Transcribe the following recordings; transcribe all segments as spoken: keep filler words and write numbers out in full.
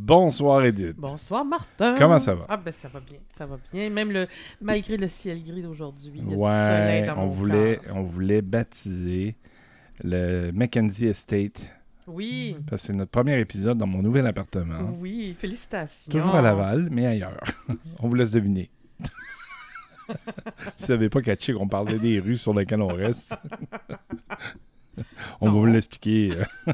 Bonsoir Edith. Bonsoir Martin. Comment ça va? Ah ben ça va bien, ça va bien. Même le malgré le ciel gris d'aujourd'hui, il y a ouais, du soleil dans on mon voulait, cœur. on voulait baptiser le Mackenzie Estate. Oui. Parce que c'est notre premier épisode dans mon nouvel appartement. Oui, félicitations. Toujours à Laval, mais ailleurs. On vous laisse deviner. Vous ne savez pas qu'à Chic, on parlait des rues sur lesquelles on reste. On non. va vous l'expliquer.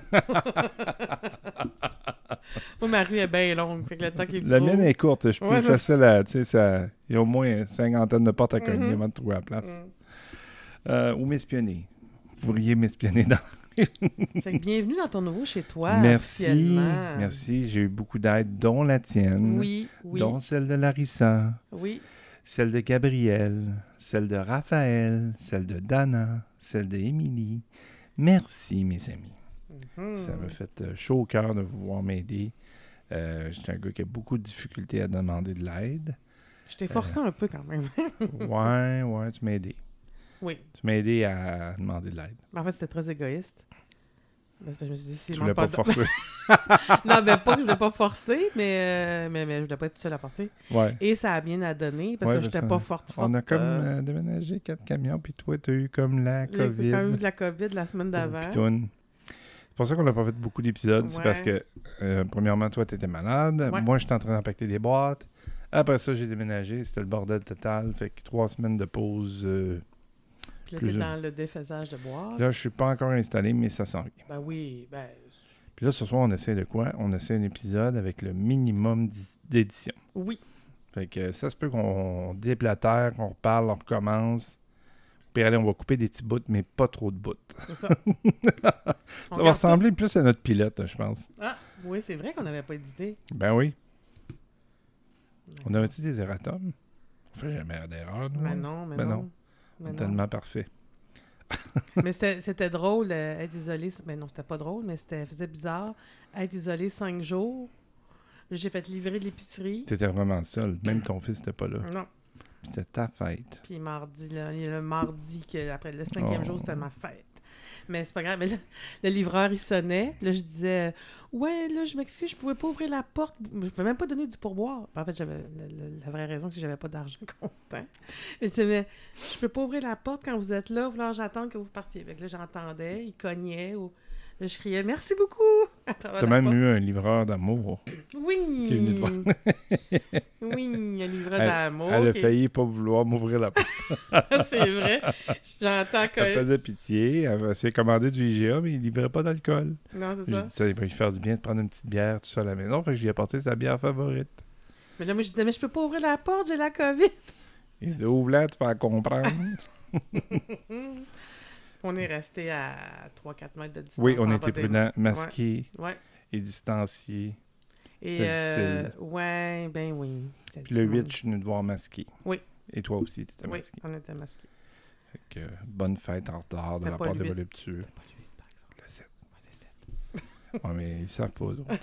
Moi, ma rue est bien longue. Fait que le temps qu'il La trouve... mienne est courte. Je suis Ouais, plus ça... facile à... Tu sais, ça... il y a au moins une cinquantaine de portes à cogner Mm-hmm. avant de trouver la place. Mm. Euh, ou m'espionner. Vous pourriez m'espionner dans... Fait que bienvenue dans ton nouveau chez toi. Merci. Merci. J'ai eu beaucoup d'aide, dont la tienne. Oui, oui. Dont celle de Larissa. Oui. Celle de Gabriel. Celle de Raphaël. Celle de Dana. Celle de Émilie. Merci, mes amis. Mm-hmm. Ça m'a fait euh, chaud au cœur de vous voir m'aider. Euh, J'étais un gars qui a beaucoup de difficultés à demander de l'aide. Je t'ai forcé euh... un peu quand même. ouais, ouais, tu m'as aidé. Oui. Tu m'as aidé à demander de l'aide. Mais en fait, c'était très égoïste. Parce que je me suis dit, si tu voulais pas, pas forcer. non, mais pas que je voulais pas forcer, mais, euh, mais, mais je voulais pas être tout seul à forcer. Ouais. Et ça a bien à donner parce ouais, que j'étais pas forte, forte. On a comme euh... euh, déménagé quatre camions, puis toi, tu as eu comme la COVID. J'ai quand eu de la COVID la semaine d'avant. C'est pour ça qu'on n'a pas fait beaucoup d'épisodes. Ouais. C'est parce que, euh, premièrement, toi, tu étais malade. Ouais. Moi, j'étais en train d'empaqueter des boîtes. Après ça, j'ai déménagé. C'était le bordel total. Fait que trois semaines de pause. Euh, Puis là, t'es dans le défaisage de boîtes. Là, je suis pas encore installé, mais ça s'en vient. Ben oui, ben... Puis là, ce soir, on essaie de quoi? On essaie un épisode avec le minimum d'édition. Oui. Fait que ça se peut qu'on déblatère, qu'on reparle, on recommence. Puis allez, on va couper des petits bouts, mais pas trop de bouts. C'est ça. Ça va ressembler tout. plus à notre pilote, je pense. Ah, oui, c'est vrai qu'on n'avait pas d'idée. Ben oui. On avait-tu des erratums? On fait jamais d'erreur, nous. Ben non, mais ben non. non. Mais non. Tellement parfait. mais c'était, c'était drôle, euh, être isolé. Mais non, c'était pas drôle, mais c'était faisait bizarre. Être isolé cinq jours. J'ai fait livrer de l'épicerie. T'étais vraiment seul. Même ton fils n'était pas là. Non. C'était ta fête. Puis mardi, là, il y a le mardi, que, après le cinquième oh. jour, c'était ma fête. Mais c'est pas grave. Mais là, le livreur, il sonnait. Là, je disais, ouais, là, je m'excuse, je pouvais pas ouvrir la porte. Je pouvais même pas donner du pourboire. En fait, j'avais la, la, la vraie raison, c'est que j'avais pas d'argent comptant. Je disais, mais je peux pas ouvrir la porte quand vous êtes là. Là, j'attends que vous partiez. Fait que là, j'entendais, il cognait. Ou... Là, je criais, merci beaucoup. T'as même porte. eu un livreur d'amour. Oui. Qui est venu te voir. Oui, un livreur elle, d'amour. Elle a qui... failli pas vouloir m'ouvrir la porte. C'est vrai. J'entends que... Elle faisait pitié. Elle s'est commandé du I G A, mais il livrait pas d'alcool. Non, c'est ça. ça. J'ai dit ça, il va lui faire du bien de prendre une petite bière tout ça à la maison. Fait que je lui ai apporté sa bière favorite. Mais là, moi, je disais, mais je peux pas ouvrir la porte, j'ai la COVID. Il dit, ouvre-la, tu vas comprendre. On est resté à trois à quatre mètres de distance. Oui, on était prudents, masqués ouais. Ouais. et distanciés. Et C'était euh, difficile. Ouais, ben oui. Puis le huit, je suis venu te voir masqué. Oui. Et toi aussi, tu étais oui, masqué. Oui, on était masqués. Fait que euh, bonne fête en retard de la part des voluptueux. C'était pas le huit, par exemple. Le sept. Ouais, le sept. Ouais, mais ils savent pas, donc.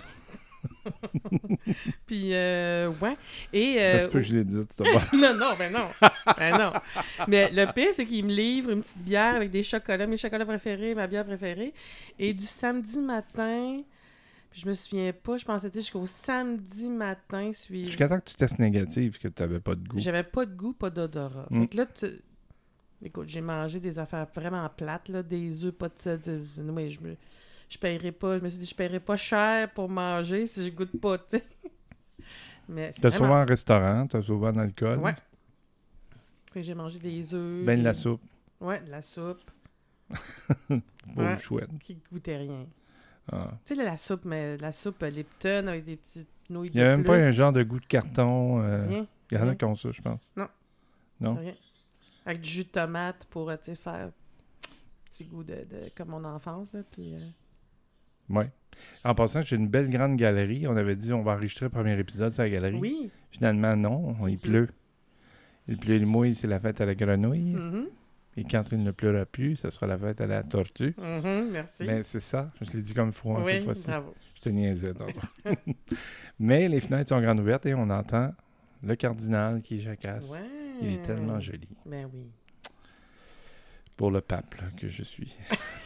Puis, euh, ouais. Et, euh, ça se peut que je l'ai dit, tu te vois. non, non, ben non. Ben non. Mais le pire, c'est qu'il me livre une petite bière avec des chocolats, mes chocolats préférés, ma bière préférée. Et du samedi matin, puis je me souviens pas, je pensais que c'était jusqu'au samedi matin suivant. Jusqu'à temps que tu testes négatif, que tu n'avais pas de goût. J'avais pas de goût, pas d'odorat. Mm. Fait que là, tu... écoute, j'ai mangé des affaires vraiment plates, là, des œufs, pas de ça. De... Oui, je me... Je paierais pas, je me suis dit, je paierais pas cher pour manger si je goûte pas, tu sais. Mais c'est t'as vraiment... souvent un restaurant, t'as souvent de l'alcool. Ouais. Puis j'ai mangé des œufs. Ben des... de la soupe. Ouais, de la soupe. Beau ouais. chouette. Qui goûtait rien. Ah. Tu sais, là, la soupe, mais la soupe Lipton avec des petites nouilles de Il y a même plus. pas un genre de goût de carton. Euh... Rien. Il y en rien. a qui ont ça, je pense. Non. Non? Rien. Avec du jus de tomate pour, tu sais, faire petit goût de, de comme mon enfance, là, puis... Euh... Oui. En passant, j'ai une belle grande galerie. On avait dit on va enregistrer le premier épisode sur la galerie. Oui. Finalement, non. Il, il pleut. Il pleut, il mouille, c'est la fête à la grenouille. Mm-hmm. Et quand il ne pleura plus, ce sera la fête à la tortue. Mm-hmm, merci. Mais c'est ça. Je l'ai dit comme froid oui, cette fois-ci. Bravo. Je te niaisais. Mais les fenêtres sont grandes ouvertes et on entend le cardinal qui jacasse. Ouais. Il est tellement joli. Ben oui. Pour le pape là, que je suis.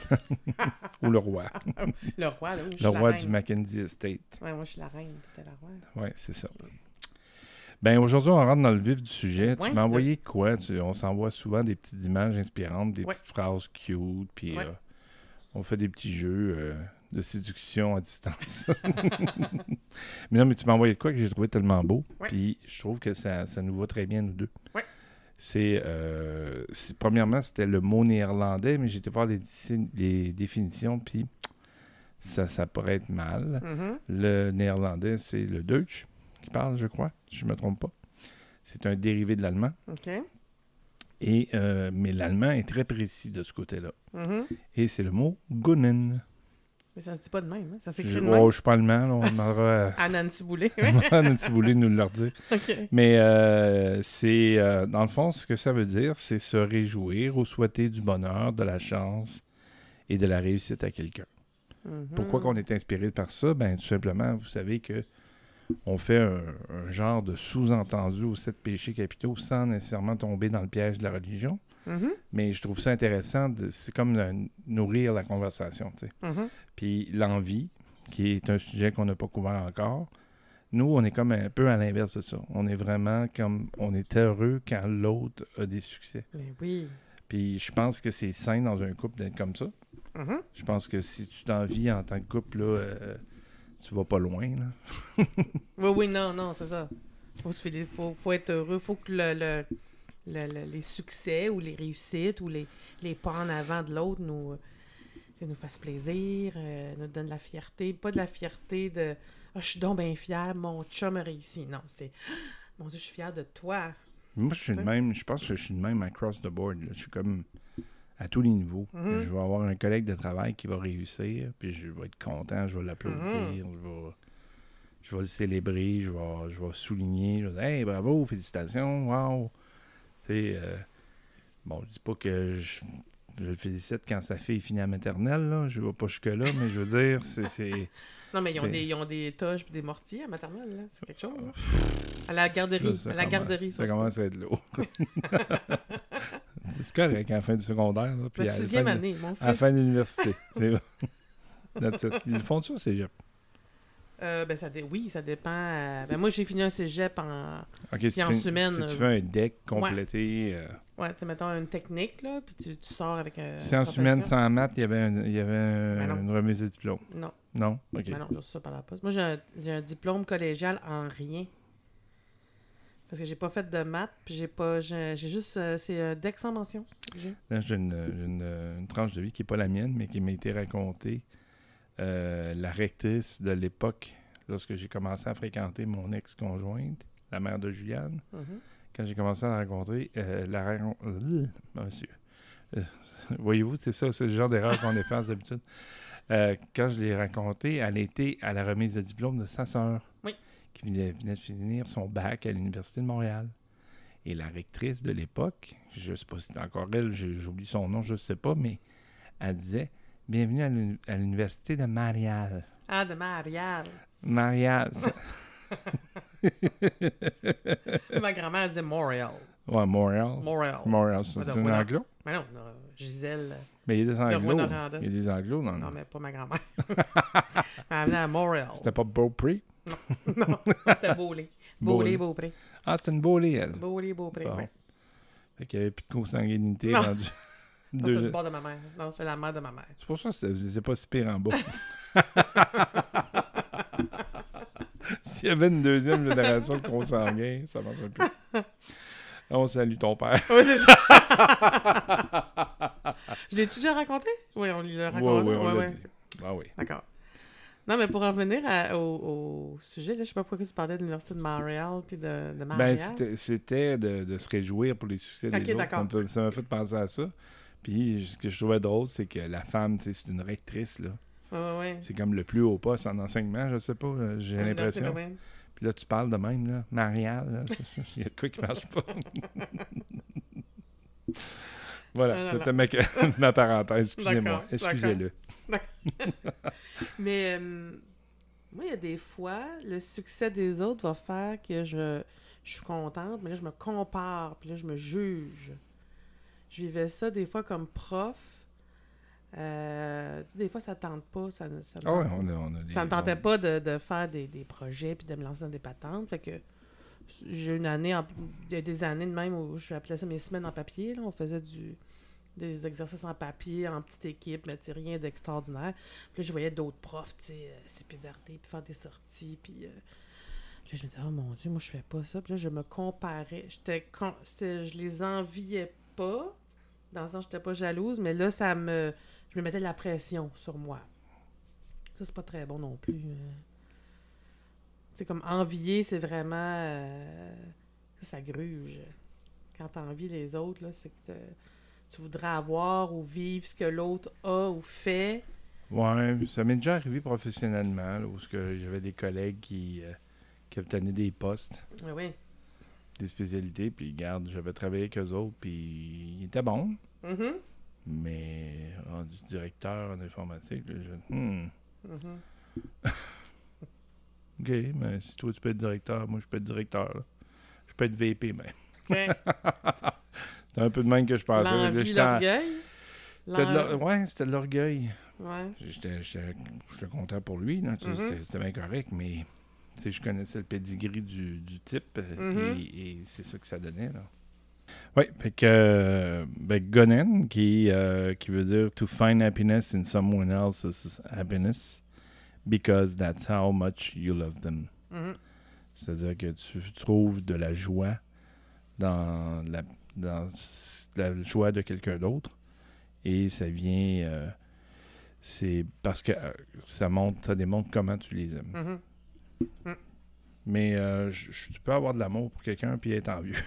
Ou le roi. Le roi, là. Où je le roi la du reine. Mackenzie Estate. Ouais, moi, je suis la reine. Toi, t'es la roi. Oui, c'est ça. Ben aujourd'hui, on rentre dans le vif du sujet. Ouais, tu m'as envoyé le... quoi? Tu, on s'envoie souvent des petites images inspirantes, des ouais. petites phrases cute, puis ouais. euh, on fait des petits jeux euh, de séduction à distance. mais non, mais tu m'as envoyé de quoi que j'ai trouvé tellement beau, ouais. puis je trouve que ça, ça nous va très bien, nous deux. Ouais. C'est, euh, c'est, premièrement, c'était le mot néerlandais, mais j'ai été voir les, les définitions, puis ça, ça pourrait être mal. Mm-hmm. Le néerlandais, c'est le Deutsch qui parle, je crois, si je ne me trompe pas. C'est un dérivé de l'allemand. OK. Et, euh, mais l'allemand est très précis de ce côté-là. Mm-hmm. Et c'est le mot « gönnen ». Mais ça se dit pas de même, hein? Ça s'écrit Je, de oh, même. je ne suis pas allemand, là, on demandera à, à Nancy Boulet. à Nancy Boulet de nous le redire. OK. Mais euh, c'est, euh, dans le fond, ce que ça veut dire, c'est se réjouir ou souhaiter du bonheur, de la chance et de la réussite à quelqu'un. Mm-hmm. Pourquoi qu'on est inspiré par ça? Ben, tout simplement, vous savez que on fait un, un genre de sous-entendu aux sept péchés capitaux sans nécessairement tomber dans le piège de la religion. Mm-hmm. Mais je trouve ça intéressant. De, c'est comme de nourrir la conversation. Tu sais. Mm-hmm. Puis l'envie, qui est un sujet qu'on n'a pas couvert encore, nous, on est comme un peu à l'inverse de ça. On est vraiment comme... On est heureux quand l'autre a des succès. Mais oui. Puis je pense que c'est sain dans un couple d'être comme ça. Mm-hmm. Je pense que si tu t'envies en tant que couple, là... Euh, tu vas pas loin, là. oui, oui, non, non, c'est ça. Faut se féliciter, faut, faut être heureux. Faut que le, le, le, le, les succès ou les réussites ou les, les pas en avant de l'autre nous, nous fassent plaisir, euh, nous donnent de la fierté. Pas de la fierté de « Ah, oh, je suis donc bien fière, mon chum a réussi. » Non, c'est « Mon Dieu, je suis fière de toi. » Moi, je suis le même. Je pense que je suis le même across the board. Là. Je suis comme... à tous les niveaux. Mm-hmm. Je vais avoir un collègue de travail qui va réussir, puis je vais être content, je vais l'applaudir, mm-hmm. je, vais, je vais le célébrer, je vais, je vais souligner, je vais dire « Hey, bravo, félicitations, wow! » Tu sais, euh, bon, je dis pas que je, je le félicite quand sa fille finit à maternelle, là, je vais pas jusque-là, mais je veux dire, c'est... c'est non, mais ils ont, des, ils ont des toches et des mortiers à maternelle, là. C'est quelque chose, là. À la garderie, là, à la commence, garderie. Ça, ça commence à être lourd. C'est correct à la fin du secondaire. Là, puis la sixième à la année, de, mon fils. À la fin de l'université. C'est Ils font ça au cégep? Euh, ben ça dé... Oui, ça dépend. Euh... Ben moi, j'ai fini un cégep en okay, sciences si humaines. Si tu fais un deck complété... Ouais, euh... ouais tu sais, mettons une technique, là, puis tu, tu sors avec un Sciences humaines sans maths, il y avait, un, il y avait un, une remise de diplôme. Non. Non? OK. Ben non, juste ça par la poste. Moi, j'ai un, j'ai un diplôme collégial en rien. Parce que j'ai pas fait de maths, puis j'ai pas... J'ai, j'ai juste... Euh, c'est un deck sans mention. J'ai, Là, j'ai une, j'ai une, une tranche de vie qui n'est pas la mienne, mais qui m'a été racontée. Euh, la rectrice de l'époque, lorsque j'ai commencé à fréquenter mon ex-conjointe, la mère de Juliane, mm-hmm. quand j'ai commencé à la rencontrer, euh, la rencontre... Euh, monsieur. Euh, voyez-vous, c'est ça, c'est le genre d'erreur qu'on efface d'habitude. Euh, quand je l'ai rencontrée, elle était à la remise de diplôme de sa sœur. Oui. Qui venait, venait de finir son bac à l'Université de Montréal. Et la rectrice de l'époque, je ne sais pas si c'est encore elle, j'oublie son nom, je ne sais pas, mais elle disait « Bienvenue à, l'uni- à l'Université de Montréal. » Ah, de Montréal. Montréal. Ça... Ma grand-mère disait Montréal. Ouais, Montréal. Montréal. Montréal, c'est, c'est un Roi- anglo? Mais non, non, Gisèle. Mais il y a des anglos. Il y a des anglos dans le... Non, mais pas ma grand-mère. Elle venait à Montréal. C'était pas Beaupré? Non, non, c'était Beaulé. Beaulé, Beaupré. Ah, c'est une Beaulé, elle. Beaulé, Beaupré, bon. oui. Fait qu'il n'y avait plus de consanguinité non. rendue. Non, Deux... c'est du bord de ma mère. Non, c'est la mère de ma mère. C'est pour ça que vous n'étiez pas si pire en bas. S'il y avait une deuxième génération de consanguins, ça marcherait plus. On salue ton père. Oui, c'est ça. Je l'ai-tu déjà raconté? Oui, on l'a raconté. Oui, oui, on ouais, l'a ouais. dit. Ah oui. D'accord. Non, mais pour revenir à, au, au sujet, là, je sais pas pourquoi tu parlais de l'Université de Montréal puis de, de Montréal. Ben, c'était, c'était de, de se réjouir pour les succès okay, des autres. d'accord. Ça, me, ça m'a fait penser à ça. Puis, ce que je trouvais drôle, c'est que la femme, c'est une rectrice, là. Oui, oui, oui. C'est comme le plus haut poste en enseignement, je sais pas, j'ai l'impression. Puis là, tu parles de même, là, Montréal, il y a de quoi qui marche pas. Voilà, ah, c'était ma, ma parenthèse, excusez-moi, d'accord, excusez-le. D'accord. Mais euh, moi, il y a des fois, le succès des autres va faire que je, je suis contente, mais là, je me compare, puis là, je me juge. je vivais ça des fois comme prof. Euh, des fois, ça ne tente pas. Ça, ça me Ah ouais, tente- on a, on a des... ça me tentait on- pas de, de faire des, des projets puis de me lancer dans des patentes. Fait que j'ai une année, en- il y a des années de même où je appelais ça mes semaines en papier. Là. On faisait du, des exercices en papier, en petite équipe, mais tu sais, rien d'extraordinaire. Puis là, je voyais d'autres profs, tu sais, euh, C P V R D, puis faire des sorties, puis... euh, puis là, je me disais, oh mon Dieu, moi, je fais pas ça. Puis là, je me comparais. J'étais con... c'est- Je les enviais pas, dans le sens que j'étais pas jalouse, mais là, ça me... Je me mettais de la pression sur moi. Ça, c'est pas très bon non plus. euh. C'est comme envier, c'est vraiment... euh, Ça, ça gruge. Quand t'envies les autres, là, c'est que te- tu voudrais avoir ou vivre ce que l'autre a ou fait. Ouais, ça m'est déjà arrivé professionnellement, là, où ce que j'avais des collègues qui, euh, qui obtenaient des postes, Oui, oui. des spécialités, puis regarde, j'avais travaillé avec eux autres, puis ils étaient bons, Mhm. mais rendu directeur en informatique, là, je... Hmm, Mhm. OK, mais si toi tu peux être directeur, moi je peux être directeur, là. Je peux être V P, mais... Ouais. C'est un peu de même que je pensais. Là, L'envie, j'étais en- l'orgueil. c'était de L'en- l'or- Ouais, c'était de l'orgueil. Ouais. J'étais, j'étais, j'étais content pour lui, là, tu sais, Mhm. c'était, c'était bien correct, mais tu sais, je connaissais le pedigree du, du type euh, Mhm. et, et c'est ça que ça donnait. Là. Oui, fait que euh, ben, Gonen, qui, euh, qui veut dire to find happiness in someone else's happiness because that's how much you love them. Mhm. C'est-à-dire que tu trouves de la joie dans la, dans la joie de quelqu'un d'autre et ça vient... euh, c'est parce que euh, ça montre, ça démontre comment tu les aimes. Mhm. Mais euh, je- je- tu peux avoir de l'amour pour quelqu'un puis être envieux.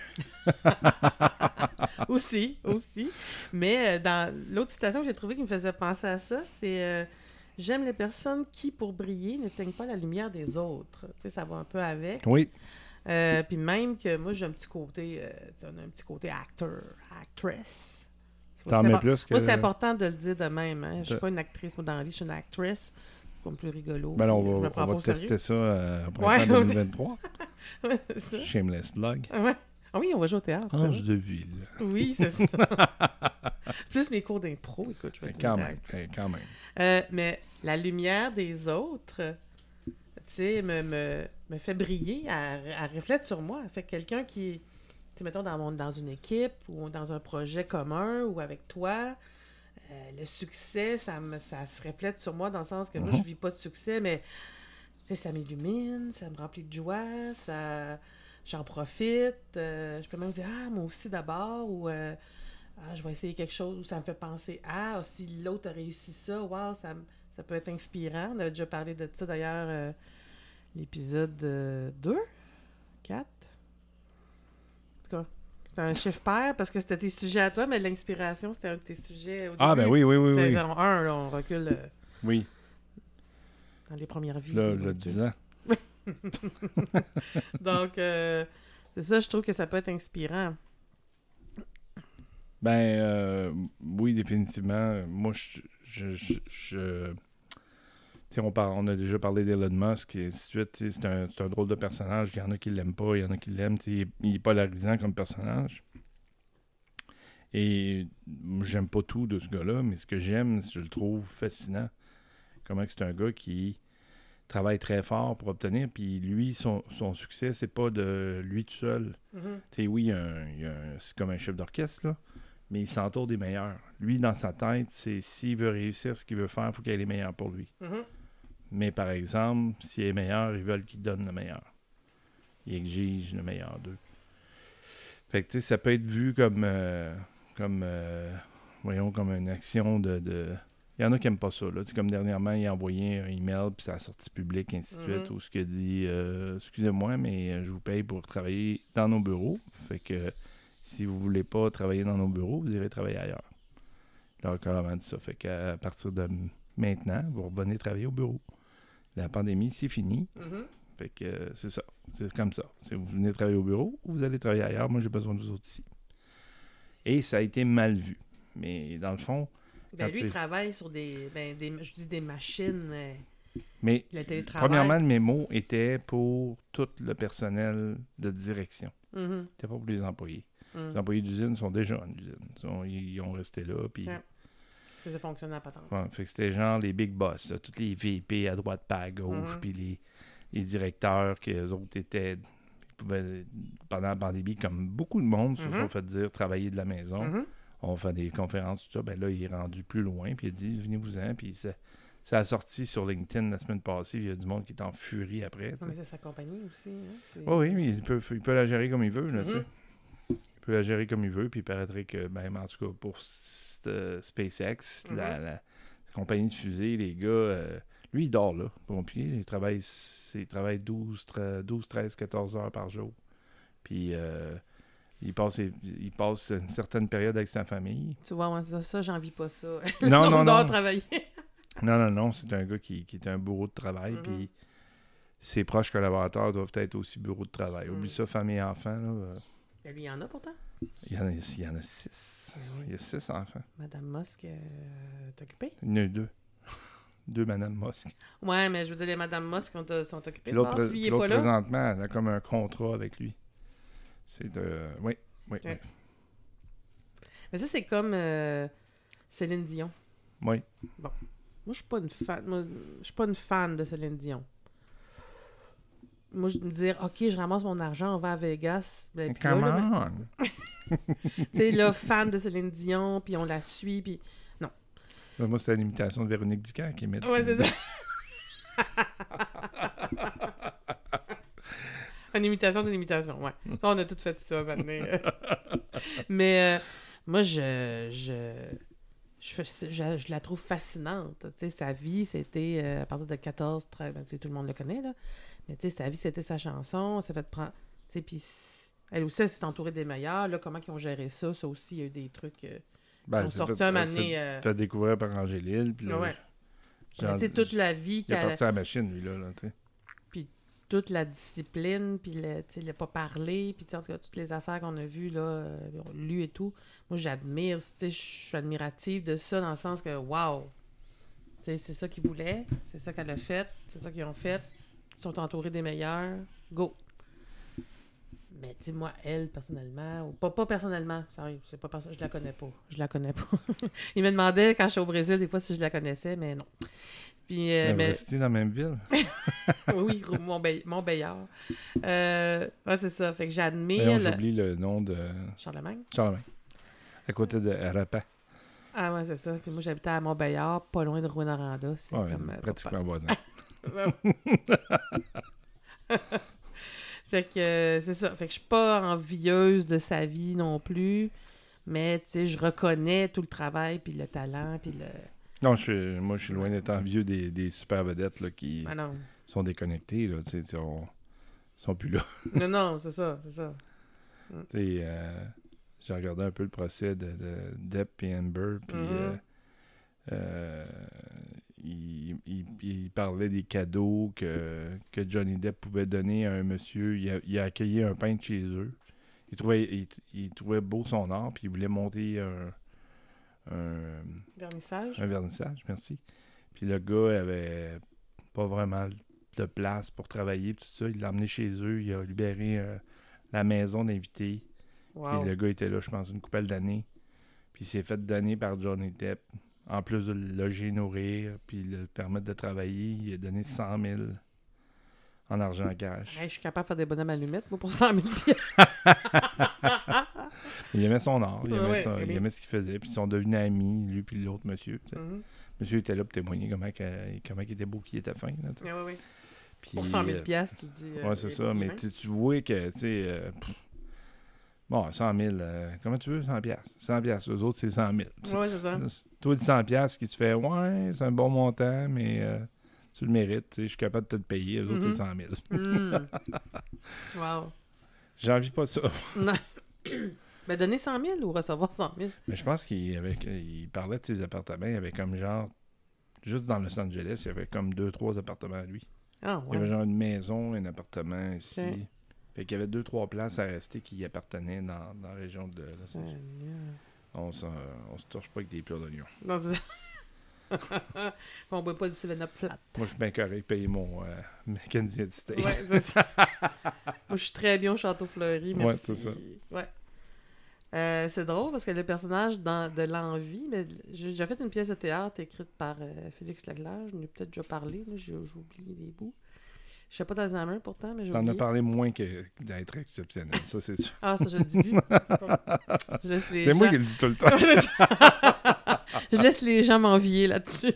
Aussi, aussi. Mais euh, dans l'autre citation que j'ai trouvée qui me faisait penser à ça, c'est euh, j'aime les personnes qui, pour briller, n'éteignent pas la lumière des autres. Tu sais, ça va un peu avec. Oui. Euh, Puis même que moi, j'ai un petit côté, euh, tu sais, on a un petit côté acteur, actress. T'en C'est mets impor- plus que... Moi, c'est important de le dire de même. Hein. Je suis De- pas une actrice. Moi, dans la vie, je suis une actrice. Comme plus rigolo. Ben là, on puis je me va, prends on pas va au sérieux. tester ça euh, au Ouais, printemps ouais. deux mille vingt-trois. Ouais, c'est ça. Shameless plug. Ouais. Ah oui, on va jouer au théâtre. ça Ange va. de ville. Oui, c'est ça. Plus mes cours d'impro, écoute, je vais Ben, te quand dire, même, actrice. ben, quand même. Euh, mais la lumière des autres, tu sais, me, me, me fait briller, elle, elle reflète sur moi. Elle fait que quelqu'un qui, tu sais, mettons, dans, mon, dans une équipe ou dans un projet commun ou avec toi, euh, le succès, ça, me, ça se reflète sur moi dans le sens que moi, Mhm. je vis pas de succès, mais tu sais, ça m'illumine, ça me remplit de joie, ça... J'en profite. euh, je peux même dire, ah, moi aussi d'abord, ou euh, ah, je vais essayer quelque chose où ça me fait penser, ah, si l'autre a réussi ça, wow, ça, me- ça peut être inspirant. On avait déjà parlé de ça d'ailleurs, euh, l'épisode euh, deux, quatre. En tout cas, c'est un chiffre pair parce que c'était tes sujets à toi, mais l'inspiration, c'était un de tes sujets au Ah, début. ben oui, oui, oui, oui. Saison un, là, on recule euh, Oui, dans les premières vies. là, des là, voitures. dix ans. Donc, euh, c'est ça, je trouve que ça peut être inspirant. Ben, euh, oui, définitivement. Moi, je... je, je, je- tu sais, on, par- on a déjà parlé d'Elon Musk et ainsi de suite. Tu sais, C'est un, c'est un drôle de personnage. Il y en a qui l'aiment pas, il y en a qui l'aiment. Tu sais, Il, est- il est polarisant comme personnage. Et j'aime pas tout de ce gars-là, mais ce que j'aime, je le trouve fascinant. Comment que c'est un gars qui travaille très fort pour obtenir. Puis lui, son, son succès, c'est pas de lui tout seul. Mhm. Tu sais, oui, il y a un- il y a un- c'est comme un chef d'orchestre, là, mais il s'entoure des meilleurs. Lui, dans sa tête, c'est s'il veut réussir ce qu'il veut faire, il faut qu'il y ait les meilleurs pour lui. Mhm. Mais par exemple, s'il est meilleur, ils veulent qu'il donne le meilleur. Ils exigent le meilleur d'eux. Fait que, tu sais, ça peut être vu comme, euh, comme euh, voyons, comme une action de... de... Il y en a qui n'aiment pas ça. Là. Tu sais, comme dernièrement, il a envoyé un email, puis ça a sorti public, ainsi de suite, Mhm. où ce qu'il a dit euh, excusez-moi, mais euh, je vous paye pour travailler dans nos bureaux. Fait que si vous voulez pas travailler dans nos bureaux, vous irez travailler ailleurs. Il a carrément dit ça. Fait qu'à partir de maintenant, vous revenez travailler au bureau. La pandémie, c'est fini. Mhm. Fait que euh, c'est ça. C'est comme ça. Si vous venez travailler au bureau ou vous allez travailler ailleurs, moi j'ai besoin de vous autres ici. Et ça a été mal vu. Mais dans le fond, Ben, Quand lui, tu- il travaille sur des, ben, des, je dis des machines, mais mais le télétravail. premièrement, mes mots étaient pour tout le personnel de direction. Mhm. C'était pas pour les employés. Mm. Les employés d'usine sont déjà en usine. Ils, sont, ils ont resté là. Puis... Ouais. Ça fonctionnait à patente. Ouais, fait que c'était genre les big boss, là, tous les V P à droite pas à gauche, Mm-hmm. puis les, les directeurs, que les autres étaient... Ils pouvaient, pendant la pandémie, comme beaucoup de monde se Mm-hmm. sont fait dire travailler de la maison. Mm-hmm. On fait des conférences, tout ça. Ben là, il est rendu plus loin, puis il a dit, venez-vous-en, puis ça, ça a sorti sur LinkedIn la semaine passée, il y a du monde qui est en furie après. Non, mais c'est sa compagnie aussi. Hein? C'est... Oh oui, mais il peut, il peut la gérer comme il veut, là, Mm-hmm. tu sais. Il peut la gérer comme il veut, puis il paraîtrait que, même en tout cas, pour uh, SpaceX, Mm-hmm. la, la compagnie de fusée, les gars, euh, lui, il dort là, pompier, il travaille, il travaille douze, treize, quatorze heures par jour. Puis... Euh, Il passe, il passe une certaine période avec sa famille. Tu vois, moi, ça, ça j'envie pas ça. Non, non, non. travailler. non, non, non. C'est un gars qui, qui est un bourreau de travail. Mm-hmm. Puis ses proches collaborateurs doivent être aussi bureau de travail. Mm. Oublie ça, famille et enfants. Là, euh... Et lui, il y en a pourtant. Il y en a, il y en a six. Mm-hmm. Il y a six enfants. Madame Musk, euh, t'es occupée? Il y en a deux. deux Madame Musk. Ouais, mais je veux dire, les Madame Musk sont, sont occupées. L'autre, base, lui, il est l'autre pas là. présentement, elle a comme un contrat avec lui. C'est de... Oui, oui, ouais. oui. Mais ça, c'est comme euh, Céline Dion. Oui. Bon. Moi, je suis pas une fan. Moi, je suis pas une fan de Céline Dion. Moi, je me dire, OK, je ramasse mon argent, on va à Vegas. Ben, puis Come là, on! là, ben... tu sais, là, fan de Céline Dion, puis on la suit, puis... Non. Ben, moi, c'est l'imitation de Véronique Dicker qui est Ouais, c'est ça. Une imitation d'une imitation, ouais. Ça, on a tout fait ça maintenant. Mais euh, moi, je je, je, je, je la trouve fascinante. Tu sais, sa vie, c'était euh, à partir de quatorze, treize, ben, tu sais, tout le monde le connaît, là. Mais tu sais, sa vie, c'était sa chanson. Ça fait prendre... Tu sais, puis elle aussi, elle s'est entourée des meilleurs. Là, comment ils ont géré ça? Ça aussi, il y a eu des trucs euh, ben, qui sont sortis un moment donné. Euh... fait découvrir par Angélil. Puis là, ouais. Tu sais, toute la vie... Il est parti à la machine, lui, là. là tu sais. Toute la discipline, puis le, tu sais, le pas parler, puis en tout cas, toutes les affaires qu'on a vues, là, euh, lues et tout. Moi, j'admire, tu sais, je suis admirative de ça, dans le sens que, wow! Tu sais, c'est ça qu'ils voulaient, c'est ça qu'elle a fait, c'est ça qu'ils ont fait, ils sont entourés des meilleurs, go! Mais, tu sais, moi, elle, personnellement, ou pas, pas personnellement, sérieux, c'est pas perso- je la connais pas, je la connais pas. Il me demandait, quand je suis au Brésil, des fois, si je la connaissais, mais non. Puis, euh, mais... Rester dans la même ville? oui, Montbe- Montbéliard. Euh, ouais, c'est ça. Fait que j'admire... D'ailleurs, j'oublie le nom de... Charlemagne? Charlemagne. À côté de Arapan. Ah ouais, c'est ça. Puis moi, j'habitais à Montbéliard, pas loin de Rouyn-Noranda. C'est ouais, comme... Euh, pratiquement voisin. Fait que euh, c'est ça. Fait que je suis pas envieuse de sa vie non plus. Mais, tu sais, je reconnais tout le travail, puis le talent, puis le... Non, je suis, moi, je suis loin d'être envieux des, des super vedettes là, qui ah non. sont déconnectées. Là, tu sais, on, ils sont plus là. non, non, c'est ça, c'est ça. Tu sais, euh, j'ai regardé un peu le procès de, de Depp et Amber, puis Mm-hmm. euh, euh, il, il, il parlait des cadeaux que, que Johnny Depp pouvait donner à un monsieur. Il a, il a accueilli un peintre chez eux. Il trouvait, il, il trouvait beau son art, puis il voulait monter un... Un vernissage. Un vernissage, merci. Puis le gars avait pas vraiment de place pour travailler, tout ça. Il l'a emmené chez eux, il a libéré euh, la maison d'invités. Wow. Puis le gars était là, je pense, une couple d'années. Puis il s'est fait donner par Johnny Depp. En plus de le loger, nourrir, puis le permettre de travailler, il a donné cent mille en argent cash. Hey, je suis capable de faire des bonhommes allumettes, moi, pour cent mille. Il aimait son art, il aimait, ouais, ça, oui. il aimait ce qu'il faisait. Puis ils sont devenus amis, lui puis l'autre monsieur. Mm-hmm. Monsieur était là pour témoigner comment, que, comment il était beau, qu'il était fin. Là, ah, oui, oui. Puis, pour cent mille euh, piastres, tu dis. Euh, ouais, c'est ça. Mais tu vois que, tu sais, euh, bon, cent mille, euh, comment tu veux, cent piastres? cent piastres, eux autres, c'est cent mille. Oui, c'est ça. Toi, le cent piastres qui te fait, ouais, c'est un bon montant, mais euh, tu le mérites, tu sais, je suis capable de te le payer. Eux autres, mm-hmm. c'est cent mille. mm. Wow. J'ai envie pas ça. Non. Mais donner cent mille ou recevoir cent mille? Mais je pense qu'il avait, il parlait de ses appartements. Il y avait comme genre, juste dans Los Angeles, il y avait comme deux, trois appartements à lui. Ah, ouais. Il y avait genre une maison, un appartement ici. Okay. Fait qu'il y avait deux, trois places à rester qui y appartenaient dans, dans la région de Los Angeles. On se, on se torche pas avec des plats d'oignons. Non, c'est ça. On boit pas du seven up flat. Moi, je suis bien correct de payer mon euh, Mackenzie Estate. Ouais, c'est ça. Moi, je suis très bien au Château Fleury. Merci. Ouais, c'est ça. Ouais. Euh, c'est drôle parce que le personnage dans, de l'envie, mais j'ai déjà fait une pièce de théâtre écrite par euh, Félix Leclerc. Je n'ai peut-être déjà parlé. Là, j'ai, j'ai oublié les bouts. Je ne sais pas d'Alzheimer pourtant, mais j'ai oublié. T'en as parlé moins que d'être exceptionnel, ça c'est sûr. Ah, ça je le dis plus. C'est, pas... je laisse les c'est gens... moi qui le dis tout le temps. Je laisse les gens m'envier là-dessus.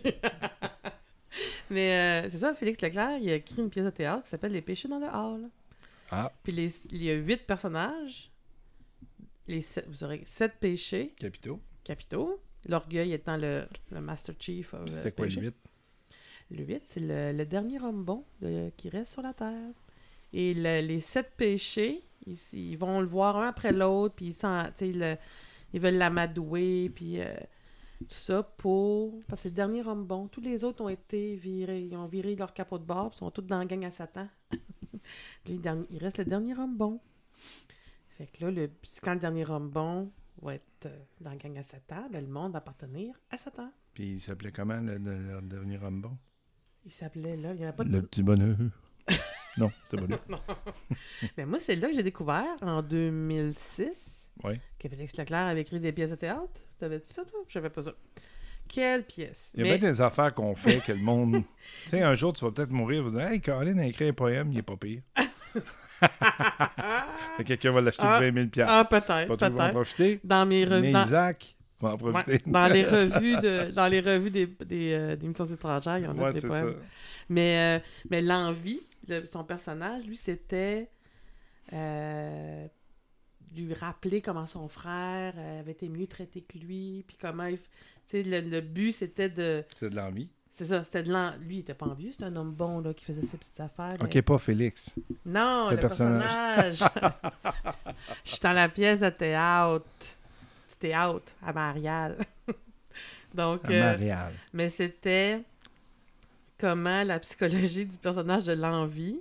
Mais euh, c'est ça, Félix Leclerc, il a écrit une pièce de théâtre qui s'appelle Les péchés dans le hall. Ah. Puis les, il y a huit personnages. Les sept, vous aurez sept péchés. Capitaux. Capitaux. L'orgueil étant le, le Master Chief. Of, C'était quoi péché. Le huit? Le huit, c'est le, le dernier homme bon le, qui reste sur la terre. Et le, les sept péchés, ils, ils vont le voir un après l'autre, puis ils, sont, le, ils veulent l'amadouer, puis euh, tout ça pour... Parce que c'est le dernier homme bon. Tous les autres ont été virés. Ils ont viré leur capot de barbe, ils sont tous dans la gang à Satan. Puis, il reste le dernier homme bon. Fait que là, le, quand le dernier homme bon va être euh, dans la gang à Satan, ben, le monde va appartenir à Satan. Puis il s'appelait comment, le, le, le dernier homme bon? Il s'appelait, là, il n'y avait pas de... Le petit bonheur. Non, c'était bonheur. Non. Mais moi, c'est là que j'ai découvert, en deux mille six, ouais. que Félix Leclerc avait écrit des pièces de théâtre. T'avais-tu ça, toi? Je savais pas ça. Quelle pièce? Il y a Mais... bien des affaires qu'on fait que le monde... tu sais, un jour, tu vas peut-être mourir, vous dire « Hey, Colin a écrit un poème, il est pas pire. » Fait que quelqu'un va l'acheter ah, pour vingt mille dollars. Ah, peut-être, pas peut-être. en profiter. Dans mes revues... Mais dans... Isaac va en profiter. Ouais, dans les revues de, dans les revues des, des, euh, des émissions étrangères, il y en a ouais, des c'est poèmes. Ça. Mais, euh, mais l'envie, le, son personnage, lui, c'était euh, lui rappeler comment son frère euh, avait été mieux traité que lui, puis comment il... Tu sais, le, le but, c'était de... C'était de l'envie. C'est ça, c'était de l'envie. Lui, il était pas envieux, c'était un homme bon, là, qui faisait ses petites affaires. OK, mais... pas Félix. Non, le, le personnage. personnage. Je suis dans la pièce de théâtre. Du théâtre à Marial. Donc, à Marial. Euh, mais c'était comment la psychologie du personnage de l'envie,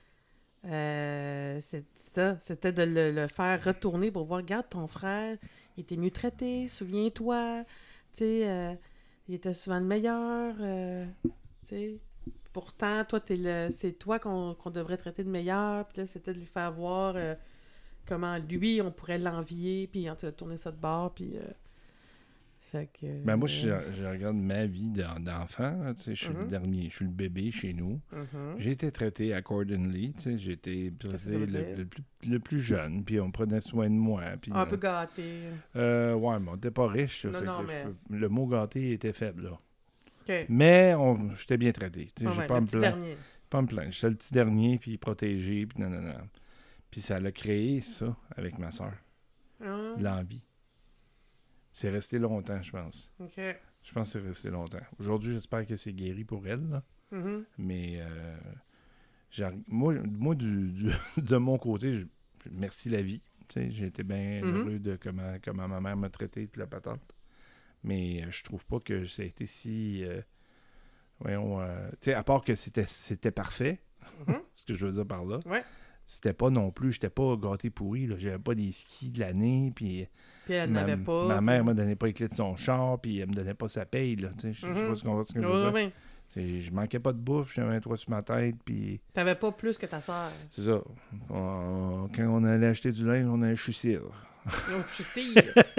euh, c'est ça, c'était de le, le faire retourner pour voir, regarde ton frère, il était mieux traité, souviens-toi, tu sais, euh, il était souvent le meilleur, euh, tu sais. Pourtant, toi, t'es le, c'est toi qu'on, qu'on devrait traiter de meilleur, puis là, c'était de lui faire voir euh, comment lui, on pourrait l'envier, puis on tourner ça de bord, puis... Euh, Fait que, ben moi, euh... je, je regarde ma vie d'enfant. Je suis mm-hmm. le dernier, je suis le bébé chez nous. Mm-hmm. J'ai été traité accordingly. J'ai été le, le, plus, le plus jeune, puis on prenait soin de moi. Puis, un euh, peu gâté. Euh, ouais, mais on n'était pas riche. Non, fait non, que mais... peux, le mot gâté était faible. Là. Okay. Mais on, j'étais bien traité. Ah j'ai ouais, pas, le me petit plaindre, dernier. pas me plaindre. J'étais le petit dernier, puis protégé, puis non, non, non. Puis ça l'a créé, ça, avec ma soeur. Ah. De l'envie. C'est resté longtemps, je pense. OK. Je pense que c'est resté longtemps. Aujourd'hui, j'espère que c'est guéri pour elle. Là. Mm-hmm. Mais euh, moi, moi du, du, de mon côté, je, je, merci la vie. J'ai été bien mm-hmm. heureux de comment, comment ma mère m'a traité toute la patente. Mais euh, je trouve pas que ça a été si... Euh, voyons, euh, tu sais, à part que c'était, c'était parfait, mm-hmm. ce que je veux dire par là. Ouais. C'était pas non plus, j'étais pas gâté pourri, là. J'avais pas des skis de l'année, puis... Puis elle ma, n'avait pas. Ma puis... mère me donnait pas les clés de son char, puis elle me donnait pas sa paye, là. Tu sais, je mm-hmm. sais pas ce qu'on va ce que je veux dire. Oui. Je manquais pas de bouffe, j'avais un toit sur ma tête, puis... T'avais pas plus que ta soeur. C'est ça. On, quand on allait acheter du linge, on allait choussir. On choussir.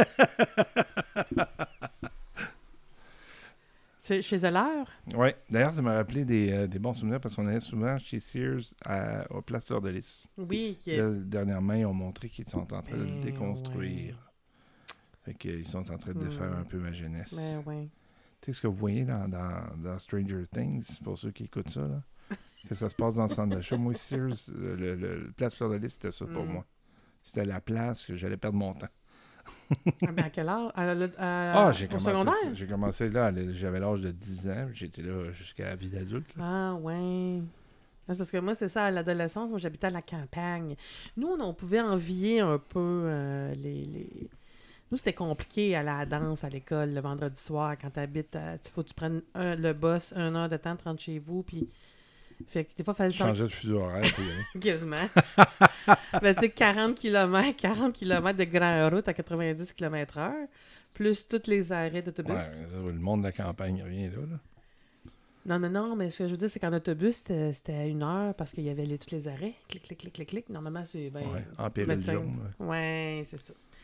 C'est chez Zeller? Oui. D'ailleurs, ça m'a rappelé des, euh, des bons souvenirs parce qu'on allait souvent chez Sears à, au Place Fleur de Lys. Oui. Qui est... Là, dernièrement, ils ont montré qu'ils sont en train ben, de le déconstruire. Ouais. Fait qu'ils sont en train de défaire mmh. un peu ma jeunesse. Ben, ouais. Tu sais ce que vous voyez dans, dans, dans Stranger Things, pour ceux qui écoutent ça, là? Que ça se passe dans le centre d'achat. Moi, Sears, le, le, le Place Fleur de Lys, c'était ça mmh. pour moi. C'était la place que j'allais perdre mon temps. Ah, ben à quel âge? À, à, à, ah, j'ai commencé, secondaire? J'ai commencé là, j'avais l'âge de dix ans, j'étais là jusqu'à la vie d'adulte. Là. Ah, ouais. C'est parce que moi, c'est ça, à l'adolescence, moi, j'habitais à la campagne. Nous, on, on pouvait envier un peu euh, les, les... Nous, c'était compliqué à la danse à l'école le vendredi soir quand t'habites. Il faut que tu prennes un, le bus une heure de temps, tu rentres chez vous, puis... Fait que des fois, il fallait... Tu changeais de fuseau horaire pour y aller. Quasiment. Ben, tu sais, quarante kilomètres, quarante kilomètres de grande route à quatre-vingt-dix kilomètres heure, plus tous les arrêts d'autobus. Ouais, ça, le monde de la campagne, rien là, là. Non, non, non, mais ce que je veux dire, c'est qu'en autobus, c'était, c'était à une heure parce qu'il y avait les, tous les arrêts. Clic, clic, clic, clic, clic. Normalement, c'est... Ben, ouais, en péril jaune. Ouais, ouais c'est ça.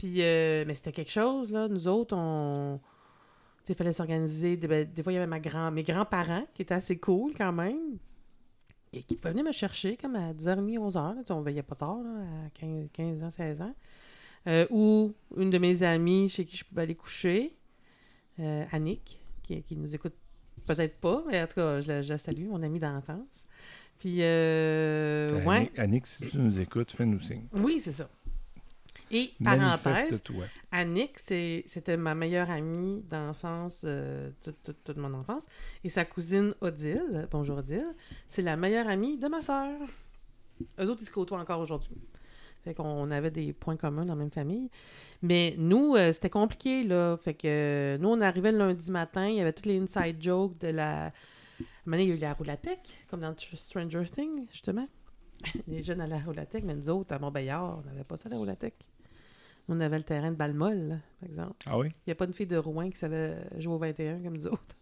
Puis, euh, mais c'était quelque chose, là. Nous autres, on... Tu sais, il fallait s'organiser. Des, ben, des fois, il y avait ma grand... mes grands-parents, qui étaient assez cool, quand même, et qui pouvaient venir me chercher, comme à dix heures trente, onze heures. Là. On veillait pas tard, là, à quinze, quinze ans, seize ans. Euh, ou une de mes amies chez qui je pouvais aller coucher, euh, Annick, qui, qui nous écoute peut-être pas, mais en tout cas, je la, je la salue, mon amie d'enfance. Puis, euh, Annick, ouais. Annick, si tu nous écoutes, fais-nous signe. Oui, c'est ça. Et, parenthèse, Manifeste-toi. Annick, c'est, c'était ma meilleure amie d'enfance, euh, toute, toute, toute mon enfance. Et sa cousine Odile, bonjour Odile, c'est la meilleure amie de ma sœur. Eux autres, ils se côtoient encore aujourd'hui. Fait qu'on avait des points communs dans la même famille. Mais nous, euh, c'était compliqué, là. Fait que euh, nous, on arrivait le lundi matin, il y avait toutes les inside jokes de la... À un moment donné, il y a eu la roulatech, comme dans Stranger Things, justement. Les jeunes à la roulatech, mais nous autres, à Montbéliard, on n'avait pas ça, la roulatech. Nous, on avait le terrain de Balmol, là, par exemple. Ah oui? Il n'y a pas une fille de Rouen qui savait jouer au vingt et un comme nous autres.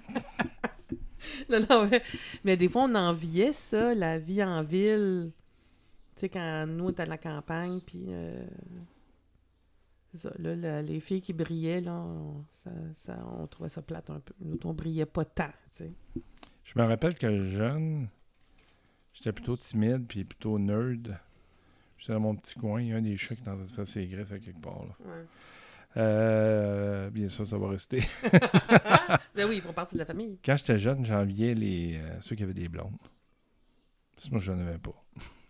non, non, mais, mais des fois, on enviait ça, la vie en ville. Tu sais, quand nous, on était à la campagne, puis... Euh, c'est ça, là, la, les filles qui brillaient, là, on, ça, ça, on trouvait ça plate un peu. Nous, on brillait pas tant, tu sais. Je me rappelle que jeune, j'étais plutôt timide, puis plutôt nerd. J'étais dans mon petit coin, il y a un des chats qui est en train de faire ses griffes à quelque part, là. Ouais. Euh, bien sûr, ça va rester. Ben oui, ils font partie de la famille. Quand j'étais jeune, j'enviais les, euh, ceux qui avaient des blondes. Parce que moi, je n'en avais pas.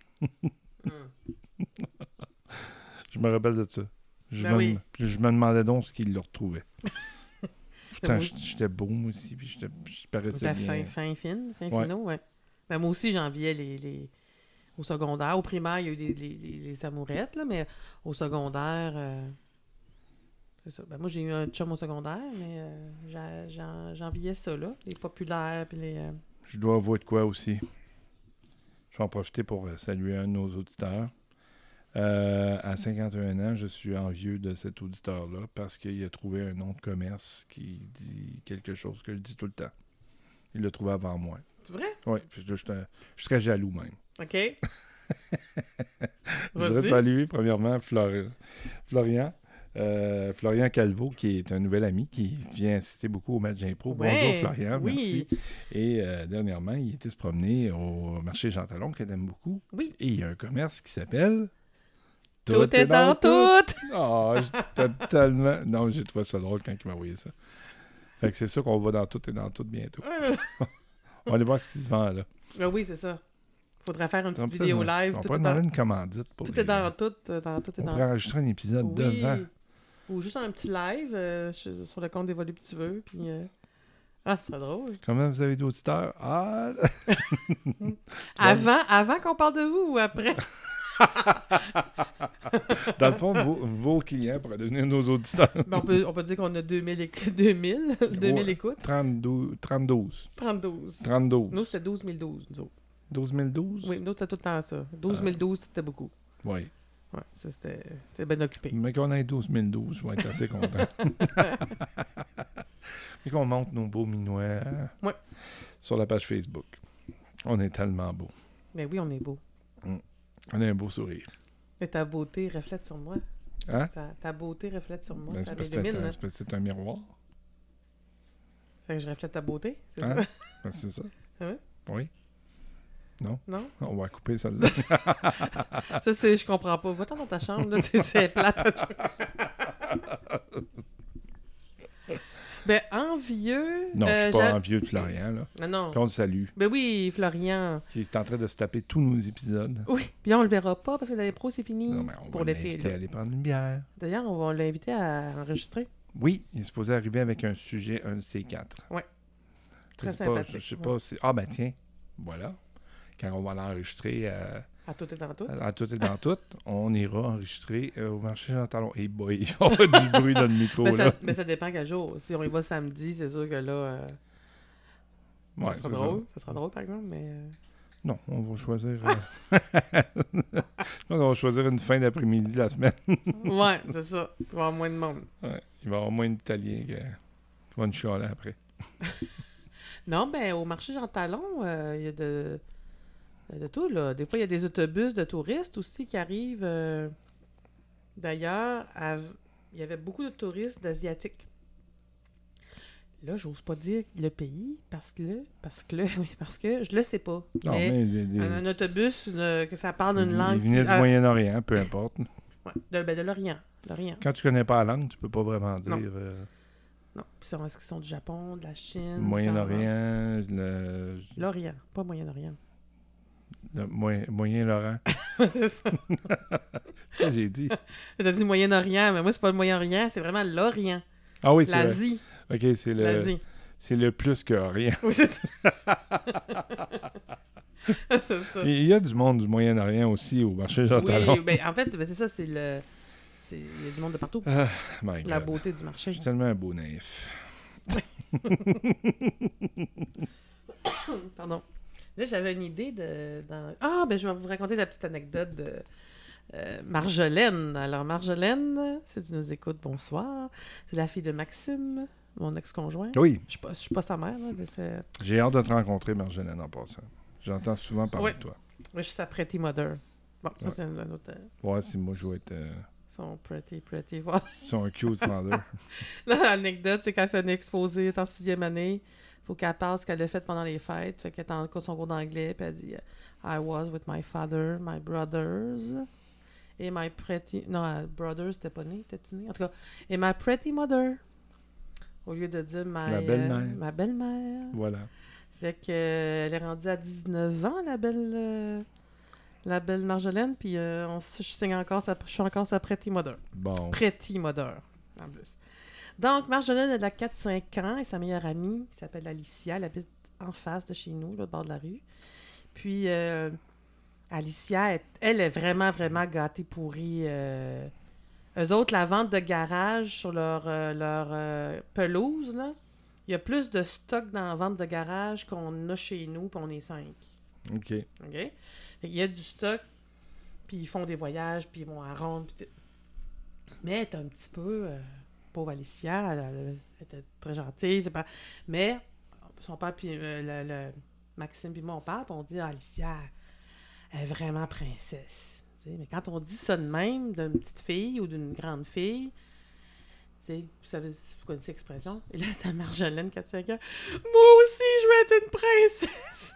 mm. Je me rappelle de ça. Je, ben me, oui. je me demandais donc ce qu'ils le retrouvaient. Putain, j'étais beau, moi aussi, puis j'étais, je paraissais bien. Fin, fin, fine, fin, ouais. finot, ouais. Ben moi aussi, j'enviais les, les... Au secondaire. Au primaire, il y a eu les, les, les, les amourettes, là, mais au secondaire... Euh... C'est ça. Ben moi, j'ai eu un chum au secondaire, mais euh, j'a, j'en, j'enviais ça, là. Les populaires, puis les... Euh... Je dois avouer de quoi aussi. Je vais en profiter pour saluer un de nos auditeurs. Euh, à cinquante et un ans, je suis envieux de cet auditeur-là parce qu'il a trouvé un nom de commerce qui dit quelque chose que je dis tout le temps. Il l'a trouvé avant moi. C'est vrai? Oui, je, je, je, je serais jaloux même. OK. Je voudrais saluer premièrement Flor- Florian. Euh, Florian Calvo, qui est un nouvel ami, qui vient assister beaucoup au match d'impro. Ouais, bonjour Florian, oui. Merci. Et euh, dernièrement, il était se promener au marché Jean Talon, que t'aimes beaucoup. Oui. Et il y a un commerce qui s'appelle... Tout, tout est dans, dans tout! tout. Oh, j'étais tellement... Non, j'ai trouvé ça drôle quand il m'a envoyé ça. Fait que c'est sûr qu'on va dans Tout et dans tout bientôt. On va aller voir ce qui se vend là. Ben oui, c'est ça. Faudrait faire une petite vidéo live. On pourrait demander dans... une commandite. Pour tout les... est dans tout. Dans tout est on dans... pourrait enregistrer un épisode oui. devant. Ou juste un petit live euh, sur le compte des voluptueux. Puis, euh... Ah, ce serait drôle. Comment vous avez d'auditeurs? Ah! avant, avant qu'on parle de vous ou après? Dans le fond, vos, vos clients pourraient devenir nos auditeurs. Ben on, peut, on peut dire qu'on a deux mille, éc- deux mille, deux mille écoutes. trente-deux, trente-deux. trente-deux. trente-deux. Nous, c'était douze mille douze, nous autres. douze mille douze? Oui, nous, c'était tout le temps ça. douze mille douze, c'était beaucoup. Oui. Ouais, ça, c'était, c'était bien occupé. Mais qu'on ait douze mille douze, je vais être assez content. Mais qu'on monte nos beaux minois euh, ouais. sur la page Facebook. On est tellement beaux. Ben oui, on est beaux. Mm. On a un beau sourire. Mais ta beauté reflète sur moi. Hein? Ça, ta beauté reflète sur moi. Ben, ça c'est, m'illumine. c'est, c'est, c'est un miroir. Fait que je reflète ta beauté, c'est hein? ça? Ben, c'est ça. Ah oui? Oui. Non? Non? On va couper celle-là. Ça, c'est... Je comprends pas. Va-t'en dans ta chambre, là. C'est, c'est plate. Ben, envieux... Non, euh, je suis pas j'a... envieux de Florian, là. Non, non. Puis on le salue. Ben oui, Florian. Qui est en train de se taper tous nos épisodes. Oui, puis on le verra pas parce que l'impro, c'est fini. Non, mais on pour va l'été, l'inviter là. à aller prendre une bière. D'ailleurs, on va l'inviter à enregistrer. Oui, il est supposé arriver avec un sujet, un de ces quatre. Oui. Très je sais sympathique. Pas, je sais pas ouais. si... Ah, ben tiens, voilà. Quand on va l'enregistrer... Euh... À tout et dans tout. À, à tout et dans tout, on ira enregistrer euh, au marché Jean Talon. Et hey boy, il va y avoir du bruit dans le micro. Mais, là. ça, mais ça dépend quel jour. Si on y va samedi, c'est sûr que là... Euh... Ouais, ça sera c'est drôle. ça. Ça sera drôle, par exemple, mais... Euh... Non, on va choisir... Euh... Je pense qu'on va choisir une fin d'après-midi de la semaine. Ouais, c'est ça. Il va y avoir moins de monde. Ouais, il va y avoir moins d'Italiens qui vont nous chialer après. Non, ben au marché Jean Talon, il euh, y a de... de tout, là. Des fois, il y a des autobus de touristes aussi qui arrivent euh, D'ailleurs, av- il y avait beaucoup de touristes d'Asiatiques. Là, j'ose pas dire le pays parce que le, parce que le, oui, parce que je le sais pas. Non, mais mais des, des- un, un autobus euh, que ça parle d'une ils langue. venaient du euh, Moyen-Orient, peu importe. ouais, de, ben, de l'Orient. L'Orient. Quand tu connais pas la langue, tu peux pas vraiment dire. Non. euh, Non. Puis ça, est-ce qu'ils sont du Japon, de la Chine, du Moyen-Orient, le, Canada? L'Orient, pas Moyen-Orient. le Moyen- Moyen-Laurent. C'est ça. Qu'est-ce que j'ai dit? J'ai dit Moyen-Orient, mais moi, c'est pas le Moyen-Orient, c'est vraiment l'Orient. Ah oui, c'est vrai. L'Asie. OK, c'est le, L'Asie. c'est le plus que rien. Oui, c'est ça. c'est ça. Il y a du monde du Moyen-Orient aussi au marché Jean Talon. Oui, ben, en fait, ben, c'est ça, c'est le... c'est- Il y a du monde de partout. Ah, my La God. beauté du marché. Je suis tellement un beau naïf. Pardon. Là, j'avais une idée de... dans- Ah, ben je vais vous raconter la petite anecdote de euh, Marjolaine. Alors, Marjolaine, si tu nous écoutes, bonsoir. C'est la fille de Maxime, mon ex-conjoint. Oui, Je suis pas, je suis pas sa mère, là, mais c'est... j'ai hâte de te rencontrer, Marjolaine, en passant. J'entends souvent parler Ouais. de toi. Moi, je suis sa pretty mother. Bon, ça, Ouais. c'est un, un autre... euh, Ouais, si moi, je vais être euh, son pretty, pretty... Voilà. son cute vendeur. L'anecdote, c'est qu'elle fait un exposé, elle est en sixième année. Faut qu'elle parle ce qu'elle a fait pendant les fêtes. Fait qu'elle est en cours de son cours d'anglais, puis elle dit « I was with my father, my brothers, et my pretty... » Non, euh, brothers, t'es pas né, t'es-tu né? En tout cas, « et my pretty mother. » Au lieu de dire « my... La belle-mère. euh, ma belle-mère. Voilà. Fait que, euh, elle est rendue à dix-neuf ans, la belle... euh, la belle Marjolaine, puis euh, on, je, signe encore sa, je suis encore sa pretty mother. Bon. Pretty mother, en plus. Donc, Marjolaine, elle a quatre cinq ans et sa meilleure amie, qui s'appelle Alicia, elle habite en face de chez nous, l'autre bord de la rue. Puis, euh, Alicia, elle, elle est vraiment, vraiment gâtée pourrie. Euh... Eux autres, la vente de garage sur leur, euh, leur euh, pelouse, là, il y a plus de stock dans la vente de garage qu'on a chez nous, puis on est cinq. OK. OK? Fait qu'il y a du stock, puis ils font des voyages, puis ils vont à ronde. Puis t- mais elle est un petit peu... euh, pauvre Alicia, elle, elle- elle était très gentille, c'est pas... Mais, son père, puis euh, le, le- Maxime, puis moi, on parle, puis on dit, ah, Alicia, elle est vraiment princesse. Tu sais, mais quand on dit ça de même, d'une petite fille ou d'une grande fille, tu sais, vous savez, vous connaissez l'expression? Et là, t'as Marjolaine, quatre cinq ans. Moi aussi, je veux être une princesse!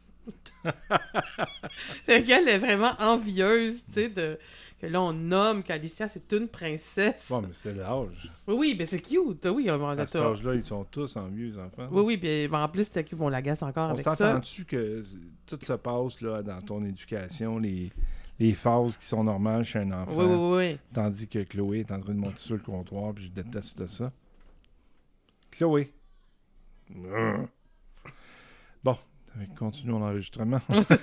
Fait qu'elle est vraiment envieuse, tu sais, de... que là, on nomme qu'Alicia, c'est une princesse. Bon, mais c'est l'âge. Oui, oui, mais c'est cute. Oui, on a À cet ça. âge-là, ils sont tous envieux, les enfants. Oui, oui, puis ben, en plus, c'était cute. On l'agace encore On avec ça. s'entend-tu que c'est- tout se passe là, dans ton éducation, les, les phases qui sont normales chez un enfant, Oui, oui, oui, oui. tandis que Chloé est en train de monter sur le comptoir, puis je déteste ça. Chloé. Mmh. Bon, continuons l'enregistrement.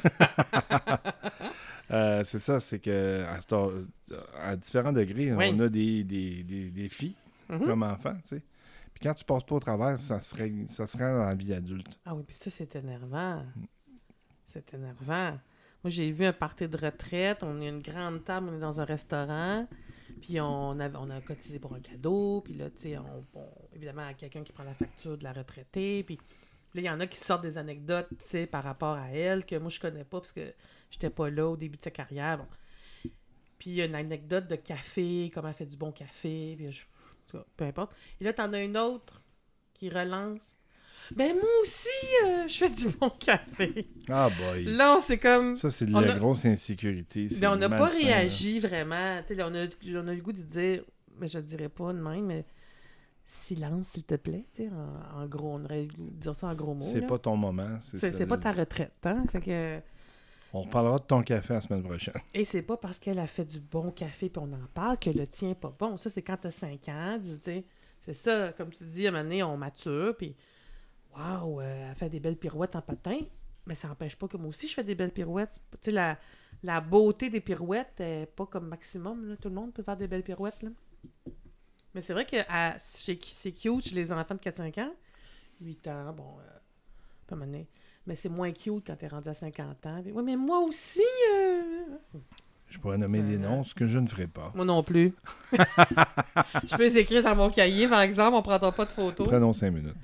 Euh, c'est ça, c'est que à, cet âge- à différents degrés, Oui. on a des, des, des, des filles Mhm. comme enfants, tu sais. Puis quand tu passes pas au travers, ça se règle- ça se rend dans la vie adulte. Ah oui, puis ça, c'est énervant. C'est énervant. Moi, j'ai vu un party de retraite. On est une grande table, on est dans un restaurant. Puis on a, on a cotisé pour un cadeau. Puis là, tu sais, on, on- évidemment, il y a quelqu'un qui prend la facture de la retraitée. Puis là, il y en a qui sortent des anecdotes, tu sais, par rapport à elle, que moi, je connais pas parce que j'étais pas là au début de sa carrière. Bon. Puis il y a une anecdote de café, comment elle fait du bon café. Puis je, en tout cas, peu importe. Et là, t'en as une autre qui relance. Ben moi aussi, euh, je fais du bon café. Ah boy! Là, c'est comme... Ça, c'est de on la a- grosse insécurité. c'est Mais on n'a pas malsain, là. réagi vraiment. Tu sais, là, on, a, on a eu le goût de dire, mais je le dirais pas de même, mais silence, s'il te plaît. Tu sais, en, en gros, on aurait eu le goût de dire ça en gros mots. C'est là. pas ton moment. C'est C'est, c'est celle- pas ta retraite, hein? Fait que... On reparlera de ton café la semaine prochaine. Et c'est pas parce qu'elle a fait du bon café puis on en parle que le tien est pas bon. Ça, c'est quand t'as cinq ans. Tu sais, c'est ça, comme tu dis, à un moment donné, on mature, puis waouh, euh, elle fait des belles pirouettes en patin, mais ça n'empêche pas que moi aussi, je fais des belles pirouettes. Tu sais, la, la beauté des pirouettes est pas comme maximum. Là. Tout le monde peut faire des belles pirouettes. Là. Mais c'est vrai que à- c'est c'est cute chez les enfants de quatre cinq ans. huit ans, bon, euh, pas donné. Mais c'est moins cute quand t'es rendu à cinquante ans. Oui, mais moi aussi... euh, Je pourrais nommer des noms, ce que je ne ferai pas. Moi non plus. Je peux les écrire dans mon cahier, par exemple. On ne prendra pas de photos. Prenons cinq minutes.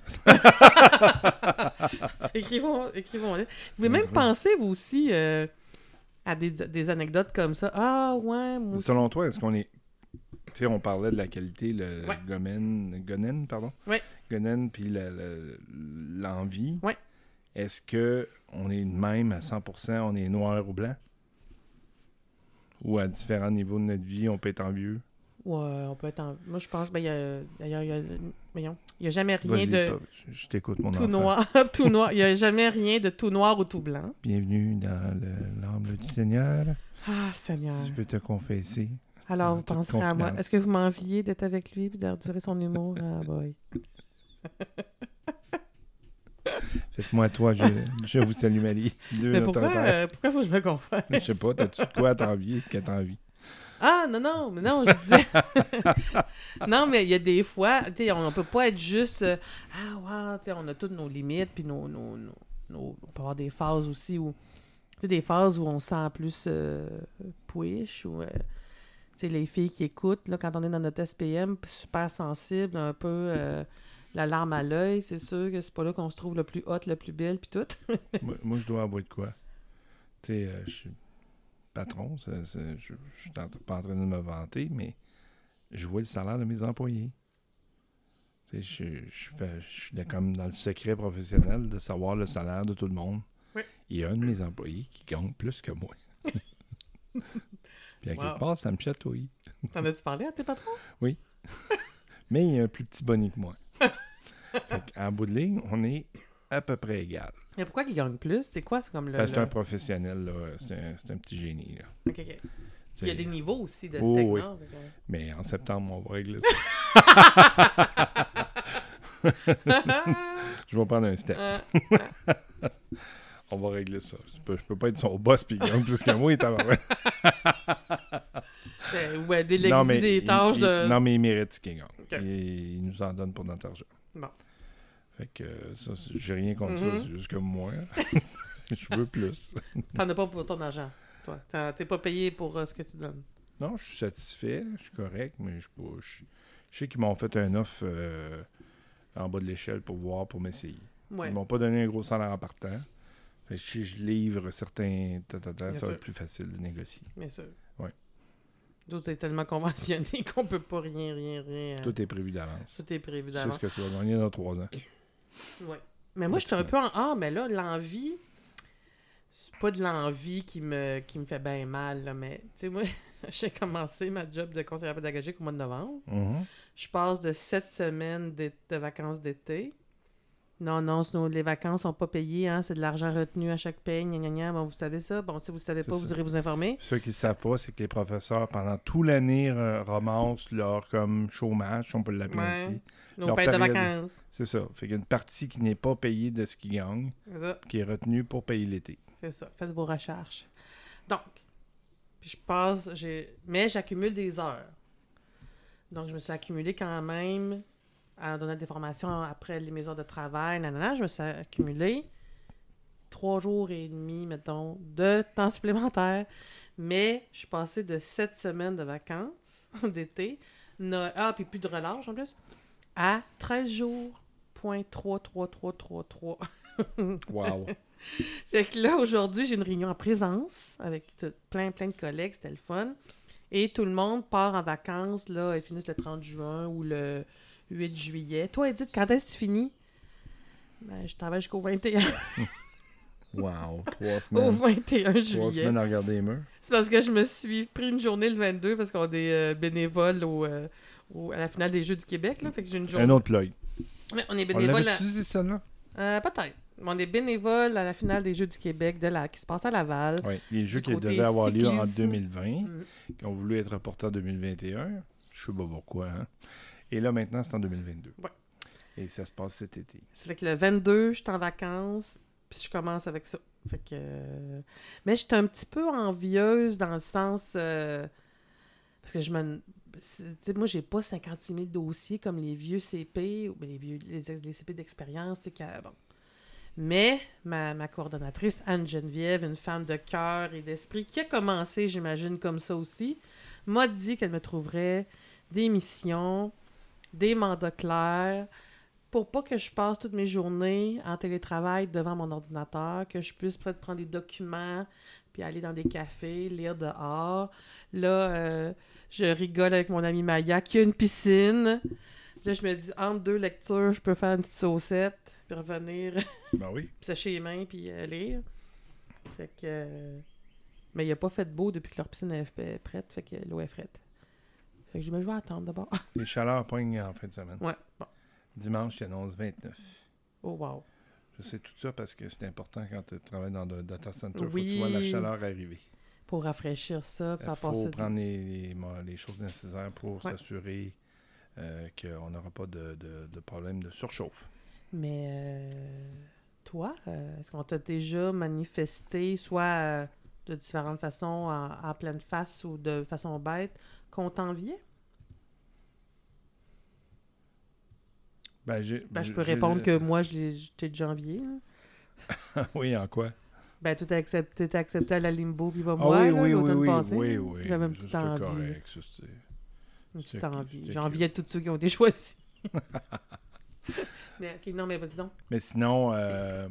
Écrivons, écrivons-les. Vous pouvez même penser, vous aussi, euh, à des, des anecdotes comme ça. Ah, ouais, moi aussi. Selon toi, est-ce qu'on est Tu sais, on parlait de la qualité, le ouais. gomen, gonen, pardon? Oui. Gonen, puis le, le, l'envie. Oui. Est-ce qu'on est de même à cent pour cent, on est noir ou blanc? Ou à différents niveaux de notre vie, on peut être envieux? Ouais, on peut être en... Moi, je pense, ben, il y a... D'ailleurs, il y a... Voyons, il n'y a jamais rien Vas-y, de... pas- je, je t'écoute, mon tout enfant. noir, tout noir. Il n'y a jamais rien de tout noir ou tout blanc. Bienvenue dans le- l'âme du Seigneur. Ah, Seigneur. Je peux te confesser. Alors, en vous toute penserez à moi. confidence. Est-ce que vous m'enviez d'être avec lui et d'endurer son humour? Ah, boy. Faites-moi toi, je, je vous salue, Marie. Deux Mais pourquoi, notaires. euh, pourquoi faut que je me confesse? Je sais pas, t'as-tu de quoi à t'envier qu'à t'envie? Ah, non, non, mais non, je disais... non, mais il y a des fois, tu sais, on ne peut pas être juste... euh, ah, wow, tu sais, on a toutes nos limites, puis nos, nos, nos, nos- On peut avoir des phases aussi où... Tu sais, des phases où on se sent plus euh, push, ou... euh, tu sais, les filles qui écoutent, là, quand on est dans notre S P M, super sensible, un peu... euh, la larme à l'œil, c'est sûr que c'est pas là qu'on se trouve le plus hot, le plus belle, puis tout. moi, moi, je dois avouer de quoi? Tu sais, euh, je suis patron, c'est- c'est- je je suis en- pas en train de me vanter, mais je vois le salaire de mes employés. Tu sais, je, je, fais- je suis de- comme dans le secret professionnel de savoir le salaire de tout le monde. Oui. Il y a un de mes employés qui gagne plus que moi. Puis à Wow. quelque part, ça me chatouille. T'en as-tu parlé à tes patrons? Mais il y a un plus petit bonnet que moi. Fait en bout de ligne, on est à peu près égal. Mais pourquoi qu'ils gagnent plus? C'est quoi? C'est comme le... Parce que c'est le- un professionnel, là. C'est un, c'est un petit génie, là. Ok, ok. Il y a des niveaux aussi de Oh, techno. oui. fait que- Mais en septembre, on va régler ça. Je vais prendre un step. Euh, On va régler ça. Je peux, je peux pas être son boss puis il gagne plus que moi. Il est en vrai. ben, ouais, déléguer des il- tâches il- de... Non, mais il mérite ce qu'il gagne. Ok. Il, il nous en donne pour notre argent. Bon. Fait que euh, ça, c'est- j'ai rien contre Mhm. ça. C'est juste que moi, je veux plus. T'en as pas pour ton argent, toi. T'en- T'es pas payé pour euh, ce que tu donnes. Non, je suis satisfait. Je suis correct, mais je suis pas... Je, je sais qu'ils m'ont fait un offre euh, en bas de l'échelle pour voir, pour m'essayer. Ouais. Ils m'ont pas donné un gros salaire en partant. Fait que si je livre certains... ta, ta, ta, Bien ça sûr. va être plus facile de négocier. Bien sûr. Ouais. D'autres, c'est tellement conventionné qu'on peut pas rien, rien, rien. euh, Tout est prévu d'avance. Tout est prévu Tu sais d'avance. ce que tu vas gagner dans trois ans. Ouais. Mais moi, j'étais un peu en... Ah, mais là, l'envie... C'est pas de l'envie qui me, qui me fait bien mal, là, mais... Tu sais, moi, j'ai commencé ma job de conseillère pédagogique au mois de novembre. Mhm. Je passe de sept semaines de, de vacances d'été. Non, non, sinon, les vacances sont pas payées, hein, c'est de l'argent retenu à chaque paye, gna, gna, gna. Bon, vous savez ça. Bon, si vous ne savez pas, C'est vous ça. irez vous informer. Ceux qui ne savent pas, c'est que les professeurs, pendant toute l'année, euh, ramassent leur comme chômage, si on peut l'appeler Ouais. ainsi. Nos Leur payes de période- vacances. C'est ça. Fait qu'il y a une partie qui n'est pas payée de ce qu'ils gagnent, C'est ça. qui est retenue pour payer l'été. C'est ça. Faites vos recherches. Donc, puis je passe, j'ai... mais j'accumule des heures. Donc, je me suis accumulé quand même, en donnant des formations après les mes heures de travail, nanana, je me suis accumulé trois jours et demi, mettons, de temps supplémentaire. Mais je suis passé de sept semaines de vacances d'été, no- ah, puis plus de relâche en plus, à treize jours, point trois trois trois trois trois. Wow. Fait que là, aujourd'hui, j'ai une réunion en présence avec tout- plein, plein de collègues. C'était le fun. Et tout le monde part en vacances. Là, ils finissent le trente juin ou le huit juillet. Toi, Edith, quand est-ce que tu finis? Ben, je travaille jusqu'au vingt et un, Wow. Trois au semaines. vingt et un Trois juillet. semaines à regarder les murs. C'est parce que je me suis pris une journée le vingt-deux parce qu'on est euh, bénévoles au, euh, au- à la finale des Jeux du Québec. Là, fait que j'ai une journée... Un autre plug. Ouais, on est On bénévoles... l'avait-tu dit, celle-là? Euh, peut-être. On est bénévoles à la finale des Jeux du Québec de la... qui se passe à Laval. Oui. Les jeux Du qui côté devaient avoir lieu en cyclisme. deux mille vingt, Mm. qui ont voulu être reportés en deux mille vingt et un. Je sais pas pourquoi. Hein? Et là, maintenant, c'est en deux mille vingt-deux. Ouais. Et ça se passe cet été. Ça fait que le vingt-deux, je suis en vacances, puis je commence avec ça. Fait que... euh, Mais j'étais un petit peu envieuse dans le sens... euh, Parce que je me... c'est- Tu sais, moi, j'ai pas cinquante-six mille dossiers comme les vieux C P, ou bien les vieux les, ex- les C P d'expérience, c'est que... Bon. Mais ma, ma coordonnatrice, Anne-Geneviève, une femme de cœur et d'esprit, qui a commencé, j'imagine, comme ça aussi, m'a dit qu'elle me trouverait des missions, des mandats clairs, pour pas que je passe toutes mes journées en télétravail devant mon ordinateur, que je puisse peut-être prendre des documents, puis aller dans des cafés, lire dehors. Là, euh, je rigole avec mon amie Maya qui a une piscine. Là, je me dis, entre deux lectures, je peux faire une petite saucette, puis revenir, Ben oui. puis sécher les mains, puis euh, lire. Fait que... euh, Mais il n'a pas fait beau depuis que leur piscine est est prête, fait que l'eau est frette. Fait que je me je vais attendre d'abord. Les chaleurs poignent en fin de semaine. Ouais, bon. Dimanche, il annonce vingt-neuf. Oh, wow. Je sais tout ça parce que c'est important quand tu travailles dans le data center. Il faut Oui. que tu vois la chaleur arriver. Pour rafraîchir ça, Il pour faut passer... prendre les, les, les choses nécessaires pour Ouais. s'assurer euh, qu'on n'aura pas de, de, de problème de surchauffe. Mais euh, toi, euh, est-ce qu'on t'a déjà manifesté, soit euh, de différentes façons, en, en pleine face ou de façon bête, qu'on t'enviait? Ben, j'ai, Ben, je j'ai- peux j'ai répondre le- que moi, je l'ai, je t'ai déjà envié. Hein. Oui, en quoi? Ben, tout accepté, t'as accepté à la limbo, puis pas Ah moi, oui, là, oui, oui, l'automne oui, passé. oui, là. oui. J'avais une Ça, petite c'était envie. correct, ça, c'est- Une petite C'était envie. cute, c'était J'enviais tous ceux qui ont été choisis. Mais, ok, non, mais vas-y donc. Mais sinon, euh,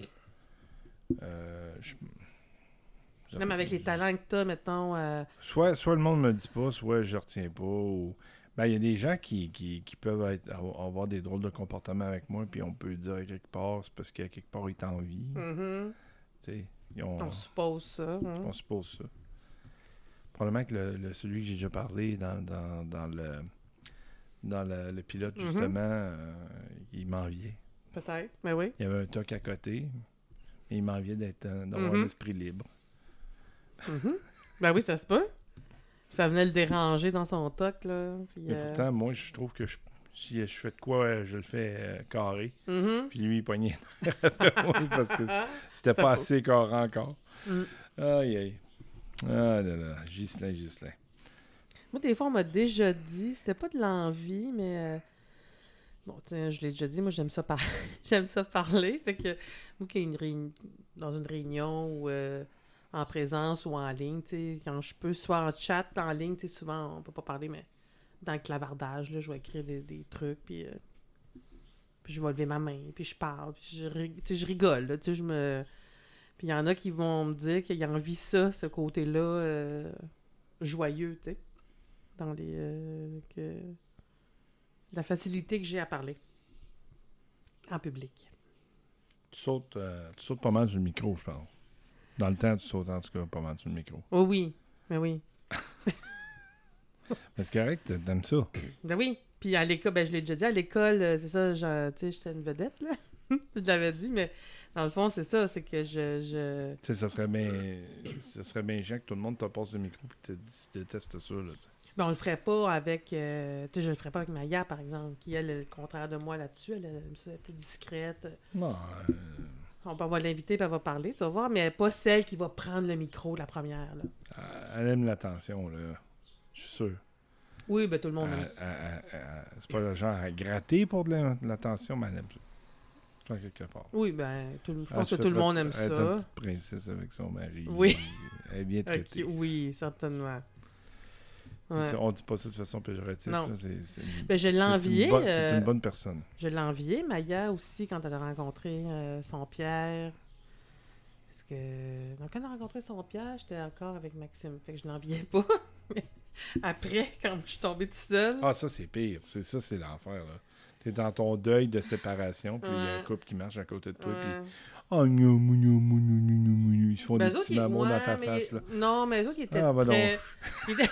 euh, je- Même avec les talents que t'as, mettons... euh, Soit, soit le monde me le dit pas, soit je retiens pas. Ou... Ben, il y a des gens qui, qui, qui peuvent être, avoir avoir des drôles de comportements avec moi, puis on peut dire quelque part, c'est parce qu'à quelque part, ils t'envient. mhm. Tu sais, ils ont- On suppose ça. hein. on suppose ça. Probablement que le, le- celui que j'ai déjà parlé dans, dans, dans le dans le, le pilote, Mhm. justement, euh, il m'enviait. Peut-être, mais oui. Il y avait un toc à côté, mais il m'enviait d'être, euh, d'avoir Mhm. l'esprit libre. Mhm. Ben oui, ça se peut. Ça venait le déranger dans son toc, là. Puis, Mais euh, pourtant, moi, je trouve que je, si je fais de quoi, je le fais euh, carré. mhm. Puis lui, il pognait oui, parce que c'était Ça pas peut. assez carré encore. Mm. Aïe, aïe. Ah là là, Ghislain, Ghislain. Moi, des fois, on m'a déjà dit, c'était pas de l'envie, mais... euh, Bon, tiens, je l'ai déjà dit, moi, j'aime ça, par... j'aime ça parler. Fait que, moi, qu'il y ait une réuni- dans une réunion ou euh, en présence ou en ligne, tu sais, quand je peux, soit en chat, en ligne, tu sais, souvent, on peut pas parler, mais dans le clavardage, là, je vais écrire des, des trucs, puis, euh, puis je vais lever ma main, puis je parle, puis je, rig- tu sais, je rigole, là, tu sais, je me... Puis il y en a qui vont me dire qu'ils envient ça, ce côté-là, euh, joyeux, tu sais, dans les... euh, que... La facilité que j'ai à parler en public. Tu sautes, euh, tu sautes pas mal sur le micro, je pense. Dans le temps, tu sautes en tout cas pas mal sur le micro. Oh oui, mais oui. Mais c'est correct, t'aimes ça. Ben oui. Puis à l'école, ben je l'ai déjà dit, à l'école, euh, c'est ça, genre, tu sais, j'étais une vedette, là. Je l'avais dit, mais dans le fond, c'est ça, c'est que je... je... Tu sais, ça serait bien ça serait bien chiant que tout le monde te passe le micro et que tu détestes ça, là, tu sais. Ben on le ferait pas avec... euh, tu sais, je le ferais pas avec Maya, par exemple, qui, elle, est le contraire de moi là-dessus. Elle, aime ça, elle est plus discrète. Non, euh, On va l'inviter, puis elle va parler, tu vas voir, mais elle n'est pas celle qui va prendre le micro, la première, là. elle aime l'attention, là. Je suis sûr. Oui, ben tout le monde Elle- aime ça. elle- elle- elle- c'est pas le genre à gratter pour de la- de l'attention, mais elle aime ça. Enfin, quelque part. Oui, ben, tout le- je Elle pense se que fait tout le monde traiter- aime Elle est une ça. petite princesse avec son mari. Oui. Elle est bien Ok, traitée. oui, certainement. Ouais. C'est- On dit pas ça de façon péjorative. Non. Là, c'est, c'est une- Ben, je l'ai c'est une envié, bonne- euh, C'est une bonne personne. Je l'ai envié, Maya aussi, quand elle a rencontré euh, son Pierre. Parce que. Donc, quand elle a rencontré son Pierre, j'étais encore avec Maxime. Fait que je l'enviais pas. Mais après, quand je suis tombée toute seule. Ah, ça, c'est pire. C'est, ça, c'est l'enfer. Là. T'es dans ton deuil de séparation, puis il y a un Ouais. couple qui marche à côté de toi, ouais. puis oh, gna, mou, gna, mou, gna, gna, gna, mou, gna. Ils se font Ben, des eux autres, petits ils- mamours ouais, dans ta mais face. ils- Là. Non, mais eux autres, ils étaient Ah, bah très... donc. Ils étaient...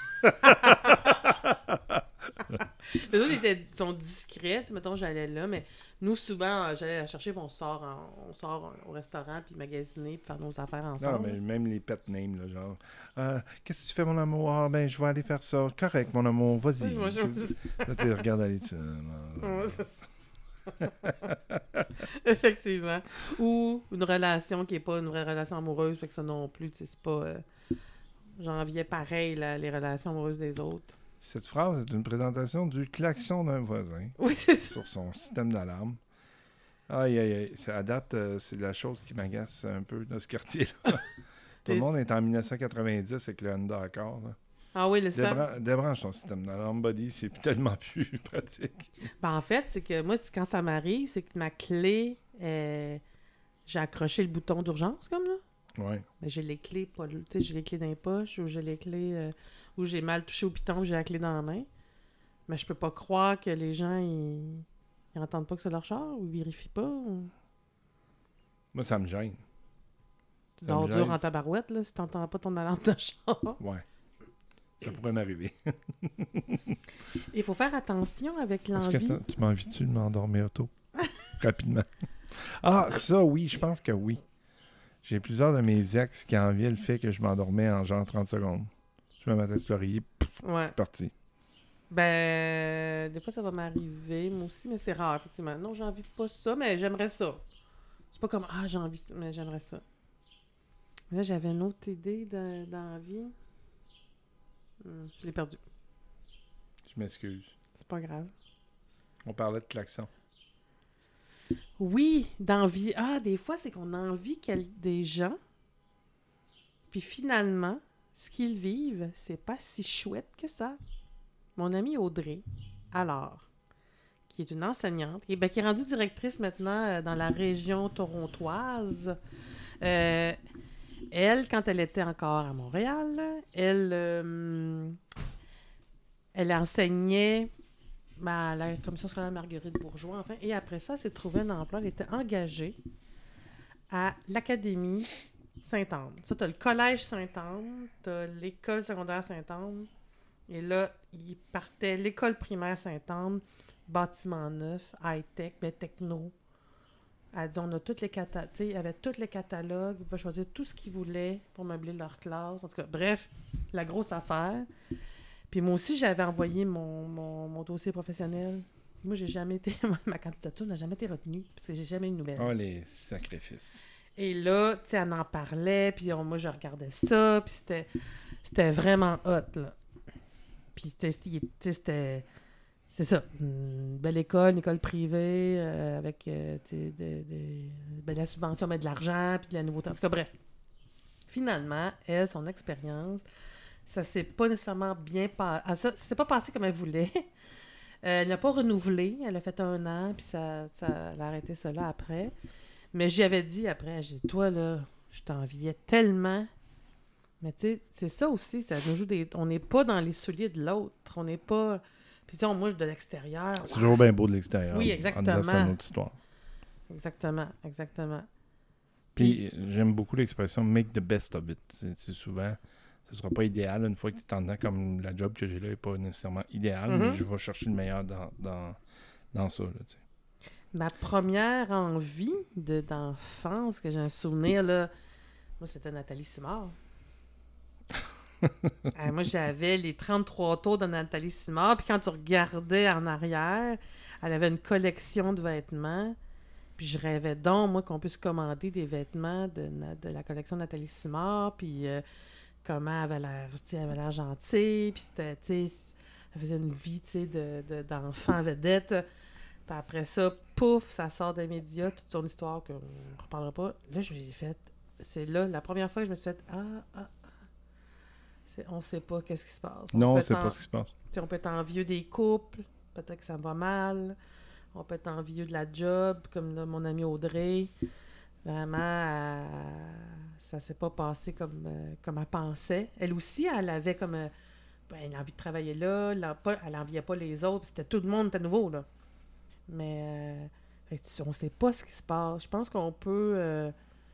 Les autres, ils étaient... sont discrets. Mettons, j'allais là, mais nous, souvent, euh, j'allais la chercher, puis on sort, en- on sort au restaurant, puis magasiner, puis faire nos affaires ensemble. Non, mais même les pet names, là, genre, euh, qu'est-ce que tu fais, mon amour? Ah, ben, je vais aller faire ça. Correct, mon amour, vas-y. Oui, moi, je- Tu- Là, tu les regardes aller dessus. Ouais, c'est ça. Effectivement. Ou une relation qui n'est pas une vraie relation amoureuse, fait que ça non plus, tu sais, c'est pas... euh, J'enviais pareil là, les relations amoureuses des autres. Cette phrase est une présentation du klaxon d'un voisin Oui, c'est ça. sur son système d'alarme. Aïe, aïe, aïe. C'est- À date, euh, c'est la chose qui m'agace un peu dans ce quartier-là. Tout le Et- monde est en dix-neuf cent quatre-vingt-dix avec le Honda Accord. Là. Ah oui, le sang. Débran- débranche ton système d'alarme, buddy. C'est tellement plus pratique. Ben, en fait, c'est que moi, c'est- quand ça m'arrive, c'est que ma clé, euh, j'ai accroché le bouton d'urgence, comme là. Ouais. Ben, j'ai les clés, pas le- tu sais, j'ai les clés dans les poches ou j'ai les clés euh, ou j'ai mal touché au piton, j'ai la clé dans la main. Mais je peux pas croire que les gens, ils, ils entendent pas que c'est leur char ou ils vérifient pas. Ou... Moi, ça me gêne. Tu dors dur en tabarouette, là, si t'entends pas ton alarme de char. Ouais. Ça pourrait m'arriver. Il faut faire attention avec l'envie. Est-ce que tu m'envies-tu de m'endormir tôt? Rapidement. Ah, ça, oui, je pense que oui. J'ai plusieurs de mes ex qui enviaient le fait que je m'endormais en genre trente secondes. Je me mettais sur l'oreiller, pff, ouais. parti. Ben, des fois, ça va m'arriver, moi aussi, mais c'est rare, effectivement. Non, j'ai envie pas ça, mais j'aimerais ça. C'est pas comme, ah, j'ai envie ça, mais j'aimerais ça. Là, j'avais une autre idée de, d'envie. Hum, je l'ai perdue. Je m'excuse. C'est pas grave. On parlait de klaxon. Oui, d'envie. Ah, des fois, c'est qu'on a envie quel... des gens, puis finalement, ce qu'ils vivent, c'est pas si chouette que ça. Mon amie Audrey, alors, qui est une enseignante, qui, ben, qui est rendue directrice maintenant euh, dans la région torontoise, euh, elle, quand elle était encore à Montréal, elle, euh, elle enseignait à la commission scolaire Marguerite Bourgeois, enfin, et après ça, elle s'est trouvée un emploi. Elle était engagée à l'Académie Sainte-Anne. Ça, tu as le collège Sainte-Anne, tu as l'école secondaire Sainte-Anne, et là, il partait l'école primaire Sainte-Anne, bâtiment neuf, high-tech, ben, techno. Elle dit, on a tous les catalogues, tu sais, il y avait tous les catalogues, ils pouvaient choisir tout ce qu'ils voulaient pour meubler leur classe. En tout cas, bref, la grosse affaire. Puis moi aussi, j'avais envoyé mon, mon, mon dossier professionnel. Moi, j'ai jamais été... ma candidature n'a jamais été retenue, parce que j'ai jamais eu de nouvelles. Oh, les sacrifices. Et là, tu sais, elle en parlait, puis on, moi, je regardais ça, puis c'était, c'était vraiment hot, là. Puis c'était... c'était c'est ça. Une belle école, une école privée, euh, avec, euh, tu sais, de, de, ben, de la subvention, mais de l'argent, puis de la nouveauté. En tout cas, bref. Finalement, elle, son expérience... Ça s'est pas nécessairement bien passé. Ça, ça s'est pas passé comme elle voulait. Euh, elle n'a pas renouvelé. Elle a fait un an, puis ça, ça, elle a arrêté ça là après. Mais j'y avais dit après, j'ai dit, toi, là, je t'enviais tellement. Mais tu sais, c'est ça aussi, ça nous joue des... On n'est pas dans les souliers de l'autre. On n'est pas... Puis tu sais, moi, je de l'extérieur. C'est ouais. toujours bien beau de l'extérieur. Oui, exactement. C'est une autre histoire. Exactement, exactement. Puis, puis j'aime beaucoup l'expression « make the best of it ». C'est, c'est souvent... Ce ne sera pas idéal une fois que tu es en dedans, comme la job que j'ai là n'est pas nécessairement idéale, mm-hmm. mais je vais chercher le meilleur dans, dans, dans ça. Là, tu sais. Ma première envie de, d'enfance, que j'ai un souvenir, là, moi, c'était Nathalie Simard. euh, moi, j'avais les trente-trois tours de Nathalie Simard, puis quand tu regardais en arrière, elle avait une collection de vêtements, puis je rêvais donc, moi, qu'on puisse commander des vêtements de, de la collection de Nathalie Simard, puis... Euh, comment elle avait l'air, tu sais, elle avait l'air gentille, puis c'était, tu sais, elle faisait une vie, tu sais, de, de, d'enfant vedette. Puis après ça, pouf, ça sort des médias, toute son histoire qu'on ne reparlera pas. Là, je me suis fait, c'est là, la première fois que je me suis fait, ah, ah, ah, c'est, on sait pas qu'est-ce qui se passe. On non, on sait en, pas ce qui se passe. Tu sais, on peut être envieux des couples, peut-être que ça va mal, on peut être envieux de la job, comme là, mon amie Audrey. Vraiment, euh, ça s'est pas passé comme, euh, comme elle pensait. Elle aussi, elle avait comme... Euh, ben, elle a envie de travailler là, elle n'enviait pas les autres, c'était tout le monde était nouveau, là. Mais euh, fait que tu, on sait pas ce qui se passe. Je pense qu'on peut... Euh,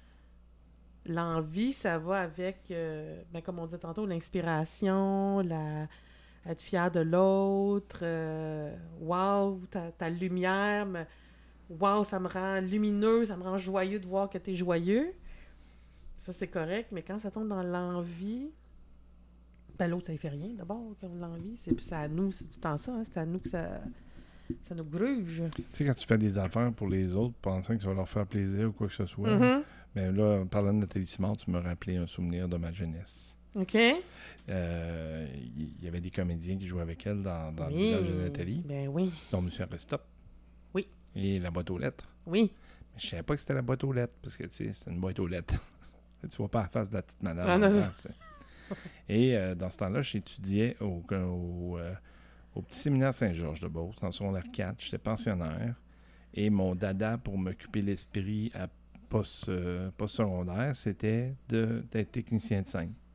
l'envie, ça va avec, euh, ben, comme on dit tantôt, l'inspiration, la, être fier de l'autre, euh, wow, ta, ta lumière... Me, wow, ça me rend lumineux, ça me rend joyeux de voir que t'es joyeux. Ça, c'est correct, mais quand ça tombe dans l'envie, ben l'autre, ça ne fait rien, d'abord, quand l'envie. C'est, c'est à nous, c'est tout le temps ça, hein, c'est à nous que ça, ça nous gruge. Tu sais, quand tu fais des affaires pour les autres, pensant que ça va leur faire plaisir ou quoi que ce soit, mm-hmm. ben là, en parlant de Nathalie Simard, tu me rappelais un souvenir de ma jeunesse. OK. Il euh, y, y avait des comédiens qui jouaient avec elle dans, dans oui. le village de Nathalie. Ben oui. Dont M. Aristop. Oui. Et la boîte aux lettres. Oui. Mais je savais pas que c'était la boîte aux lettres, parce que, tu sais, c'était une boîte aux lettres. Tu vois pas la face de la petite madame. Ah, non, temps, et euh, dans ce temps-là, j'étudiais au, au, euh, au petit séminaire Saint-Georges-de-Beauce, en secondaire quatre. J'étais pensionnaire. Et mon dada pour m'occuper l'esprit à post, euh, post-secondaire, c'était de, d'être technicien de scène.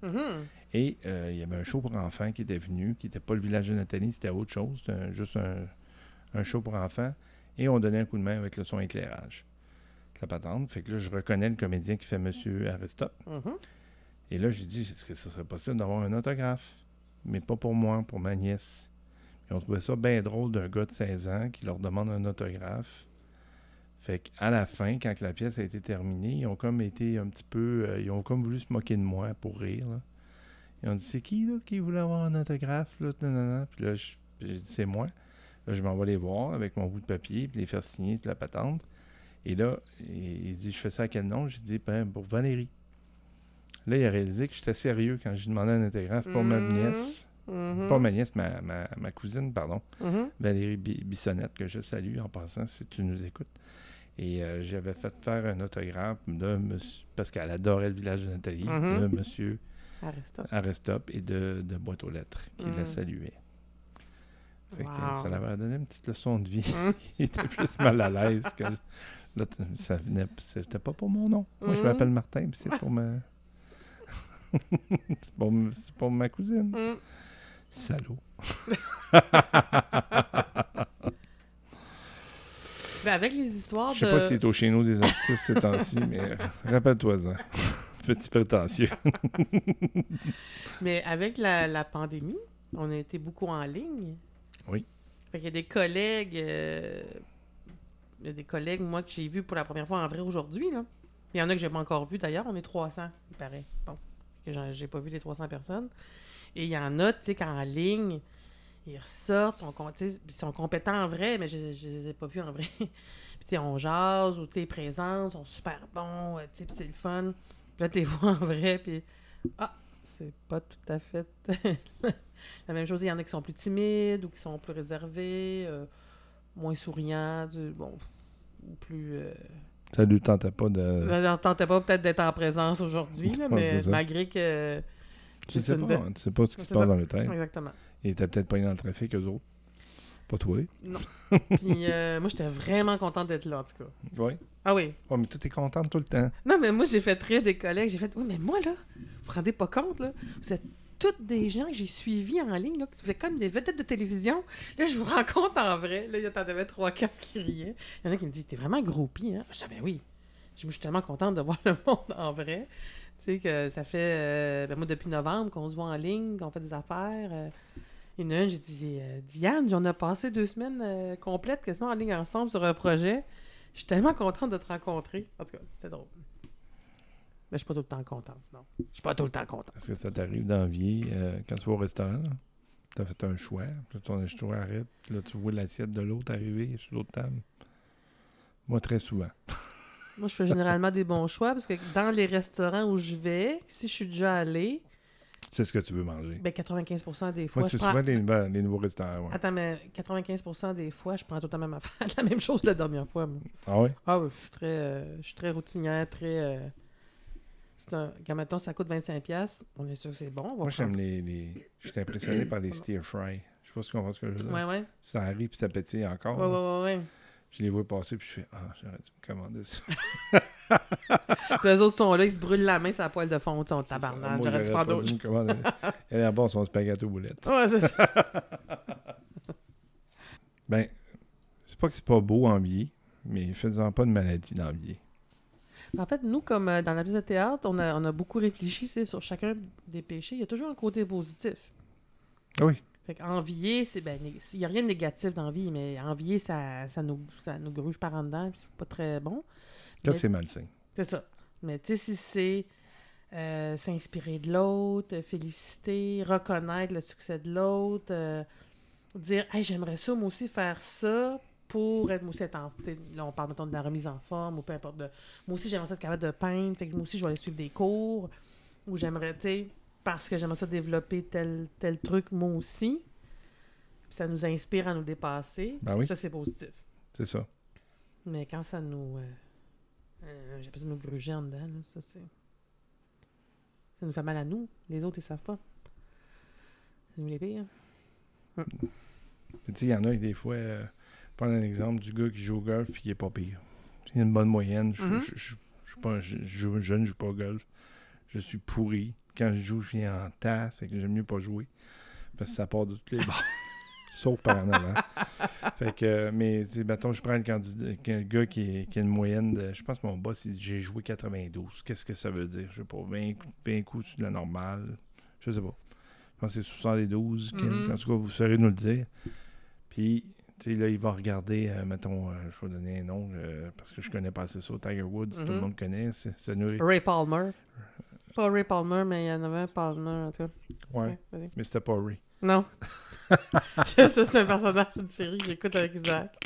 Mm-hmm. Et euh, il y avait un show pour enfants qui était venu, qui n'était pas le village de Nathalie, c'était autre chose. C'était un, juste un, un show pour enfants. Et on donnait un coup de main avec le son éclairage. La patente. Fait que là, je reconnais le comédien qui fait Monsieur Aristop. Mm-hmm. Et là, j'ai dit, est-ce que ce serait possible d'avoir un autographe? Mais pas pour moi, pour ma nièce. Et on trouvait ça bien drôle d'un gars de seize ans qui leur demande un autographe. Fait qu'à la fin, quand la pièce a été terminée, ils ont comme été un petit peu... Euh, ils ont comme voulu se moquer de moi pour rire, là. Ils ont dit, c'est qui, là, qui voulait avoir un autographe, là? Non, non, non. Puis là, je- j'ai dit, c'est moi. Là, je m'en vais les voir avec mon bout de papier, puis les faire signer, toute la patente. Et là, il, il dit, je fais ça à quel nom? J'ai dit, ben, pour Valérie. Là, il a réalisé que j'étais sérieux quand je lui demandais un autographe pour ma nièce. Mm-hmm. Pas ma nièce, ma, ma, ma cousine, pardon. Mm-hmm. Valérie Bi- Bissonnette, que je salue en passant, si tu nous écoutes. Et euh, j'avais fait faire un autographe de monsieur, parce qu'elle adorait le village de Nathalie, Mm-hmm. de monsieur Aristop. Aristop et de, de Boîte aux lettres, qui Mm. la saluait. Fait que Wow. ça l'avait donné une petite leçon de vie. Mm. Il était plus mal à l'aise que... Là, t- ça venait... C'était pas pour mon nom. Moi, je Mm. m'appelle Martin, puis c'est pour ma... c'est, pour, m- c'est pour ma cousine. Mm. Salaud. Ben, avec les histoires Je sais de... pas s'il est au chez nous des artistes ces temps-ci, mais euh, rappelle-toi-en. Petit prétentieux. Mais avec la, la pandémie, on a été beaucoup en ligne. Oui. Fait qu'il y a des collègues... euh, Il y a des collègues, moi, que j'ai vus pour la première fois en vrai aujourd'hui, là. Il y en a que j'ai pas encore vu, d'ailleurs. On est trois cents, il paraît. Bon, que j'en- j'ai pas vu les trois cents personnes. Et il y en a, tu sais, qu'en ligne, ils ressortent, sont, com- tu sais, ils sont compétents en vrai, mais je, je les ai pas vus en vrai. Puis, tu sais, on jase ou, tu sais, ils présentent, sont super bons, euh, tu sais, puis c'est le fun. Puis là, tu les vois en vrai, puis... Ah, c'est pas tout à fait la même chose. Il y en a qui sont plus timides ou qui sont plus réservés, euh, moins souriants, du, bon, ou plus... euh, Ça lui tentait pas de... Ça ne tentait pas peut-être d'être en présence aujourd'hui, là, Ouais, mais c'est ça. malgré que... Tu c'est sais une pas, belle- hein, tu sais pas ce qui C'est se passe ça. dans le tête. Exactement. Il était peut-être pas dans le trafic, eux autres. Pas toi. Non. Puis euh, moi, j'étais vraiment contente d'être là, en tout cas. Oui. Ah oui. Oh, mais toi, t'es contente tout le temps. Non, mais moi, j'ai fait rire des collègues. J'ai fait, oui, mais moi, là, vous vous rendez pas compte, là, vous êtes toutes des gens que j'ai suivis en ligne, là, vous êtes comme des vedettes de télévision. Là, je vous rencontre en vrai. Là, il y en avait trois, quatre qui riaient. Il y en a qui me disent, t'es vraiment groupie, hein? Je dis, ben oui. Je dis, moi, je suis tellement contente de voir le monde en vrai. Tu sais, que ça fait, euh, ben moi, depuis novembre, qu'on se voit en ligne, qu'on fait des affaires. Euh, il y en a une, j'ai dit, euh, Diane, on a passé deux semaines euh, complètes, quasiment en ligne ensemble sur un projet. Je suis tellement contente de te rencontrer. En tout cas, c'était drôle. Mais je suis pas tout le temps contente, non. Je suis pas tout le temps contente. Est-ce que ça t'arrive d'envier euh, quand tu vas au restaurant? Tu as fait un choix, puis là, ton choix arrête, puis là, tu vois l'assiette de l'autre arriver sur l'autre table. Moi, très souvent. Moi, je fais généralement des bons choix parce que dans les restaurants où je vais, si je suis déjà allée, Tu sais ce que tu veux manger. ben quatre-vingt-quinze pour cent des fois, Moi, je c'est prends... souvent les, ben, les nouveaux restaurants. Ouais. Attends, mais quatre-vingt-quinze pour cent des fois, je prends tout le temps la même affaire, la même chose la dernière fois, moi. Ah oui? Ah oui, je suis très, euh, je suis très routinière, très... euh, C'est un... Quand, mettons, ça coûte vingt-cinq dollars, on est sûr que c'est bon. On va Moi, j'aime prendre- les, les... Je suis impressionné par les stir fry. Je sais pas si tu comprends ce que je veux dire. Ouais, ouais. Ça arrive puis ça pétille encore. Ouais, là. ouais, ouais, ouais. Je les vois passer puis je fais « Ah, j'aurais dû me commander ça. » Puis eux autres sont là, ils se brûlent la main sur la poêle de fond, ils sont C'est ça. tabarnak. Moi, J'aurais dû j'aurais prendre pas dû d'autres. me commander. Elle a l'air bon, son spaghetti aux boulettes. Ouais, c'est ça. Ben, c'est pas que c'est pas beau envier, mais fais-en pas de maladie d'envier. En fait, nous, comme euh, dans la pièce de théâtre, on a, on a beaucoup réfléchi c'est, sur chacun des péchés. Il y a toujours un côté positif. Oui. Fait qu'envier, c'est ben, né- il n'y a rien de négatif dans la vie, mais envier, ça, ça, nous, ça nous gruge par en dedans, puis c'est pas très bon. Quand Mais- c'est malsain. C'est ça. Mais tu sais, si c'est euh, s'inspirer de l'autre, féliciter, reconnaître le succès de l'autre, euh, dire « Hey, j'aimerais ça, moi aussi, faire ça pour être, moi aussi, être en... » t'sais, là, on parle, mettons, de la remise en forme ou peu importe. De, moi aussi, j'aimerais ça être capable de peindre, fait que moi aussi, je vais aller suivre des cours. Ou j'aimerais, tu sais, parce que j'aimerais ça développer tel, tel truc, moi aussi. Puis ça nous inspire à nous dépasser. Ben oui. Ça, c'est positif. C'est ça. Mais quand ça nous... Euh, euh, j'appelle ça nous gruger en dedans, là, ça, c'est... Ça nous fait mal à nous. Les autres, ils savent pas. C'est nous les pires. Tu sais, il y en a des fois, euh, prendre un exemple du gars qui joue au golf et qui est pas pire. Il a une bonne moyenne. Je Mhm. je- je- je suis pas un- je- je joue- je ne joue pas au golf. Je suis pourri. quand je joue, je viens en tas, fait que j'aime mieux pas jouer. Parce que ça part de tous les bords. Sauf par en avant. Fait que, mais, tu sais, mettons, je prends le candidat, un gars qui, est, qui a une moyenne de. Je pense que mon boss, il dit j'ai joué quatre-vingt-douze. Qu'est-ce que ça veut dire? Je sais pas. vingt, vingt coups sur de la normale. Je sais pas. Je pense que c'est soixante-douze. Mm-hmm. En tout cas, vous saurez nous le dire. Puis, tu sais, là, il va regarder, euh, mettons, euh, je vais donner un nom, euh, parce que je connais pas assez ça. Tiger Woods, mm-hmm. Tout le monde connaît. C'est, ça nous... Ray Palmer. Pas Ray Palmer, mais il y en avait un Palmer, en tout cas. Ouais, ouais mais c'était pas Ray. Non. Ça, c'est un personnage d'une série que j'écoute avec Isaac.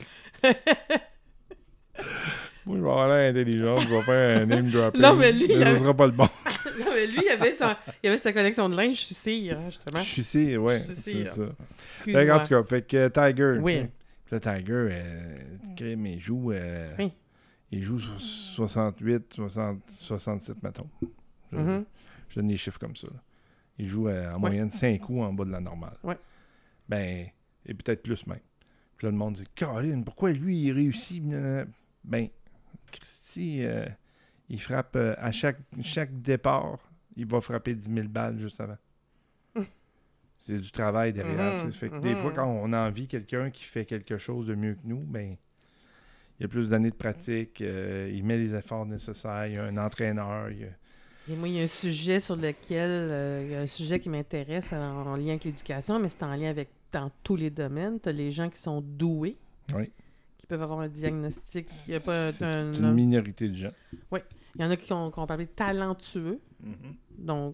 Moi, je vais avoir l'air intelligent, je vais faire un name dropping. Non, mais lui, mais avait... ce sera pas le bon. Non, mais lui, il avait, son... il avait sa collection de linge, je suis cire, justement. Je suis cire, ouais. Je suis cire. C'est ça. Excuse-moi. Fait, en tout cas, fait que Tiger. Oui. Okay. Le Tiger, euh, crime, il joue. Euh, oui. Il joue soixante-huit, soixante, soixante-sept, mettons. Je, mm-hmm. je donne des chiffres comme ça. Là. Il joue euh, en ouais. moyenne cinq coups en bas de la normale. Ouais. Ben, et peut-être plus même. Puis là, le monde dit Caroline, pourquoi lui, il réussit Ben, Christy, euh, il frappe euh, à chaque, chaque départ, il va frapper dix mille balles juste avant. Mm. C'est du travail derrière. Mm-hmm. Fait que mm-hmm. Des fois, quand on envie quelqu'un qui fait quelque chose de mieux que nous, ben, il y a plus d'années de pratique, euh, il met les efforts nécessaires, il y a un entraîneur. Il y a... Et moi, il y a un sujet sur lequel, euh, il y a un sujet qui m'intéresse en, en lien avec l'éducation, mais c'est en lien avec dans tous les domaines. Tu as les gens qui sont doués, oui. qui peuvent avoir un diagnostic. Il y a pas c'est un, une un... minorité de gens. Oui. Il y en a qui ont, qui ont parlé de talentueux. Mm-hmm. Donc,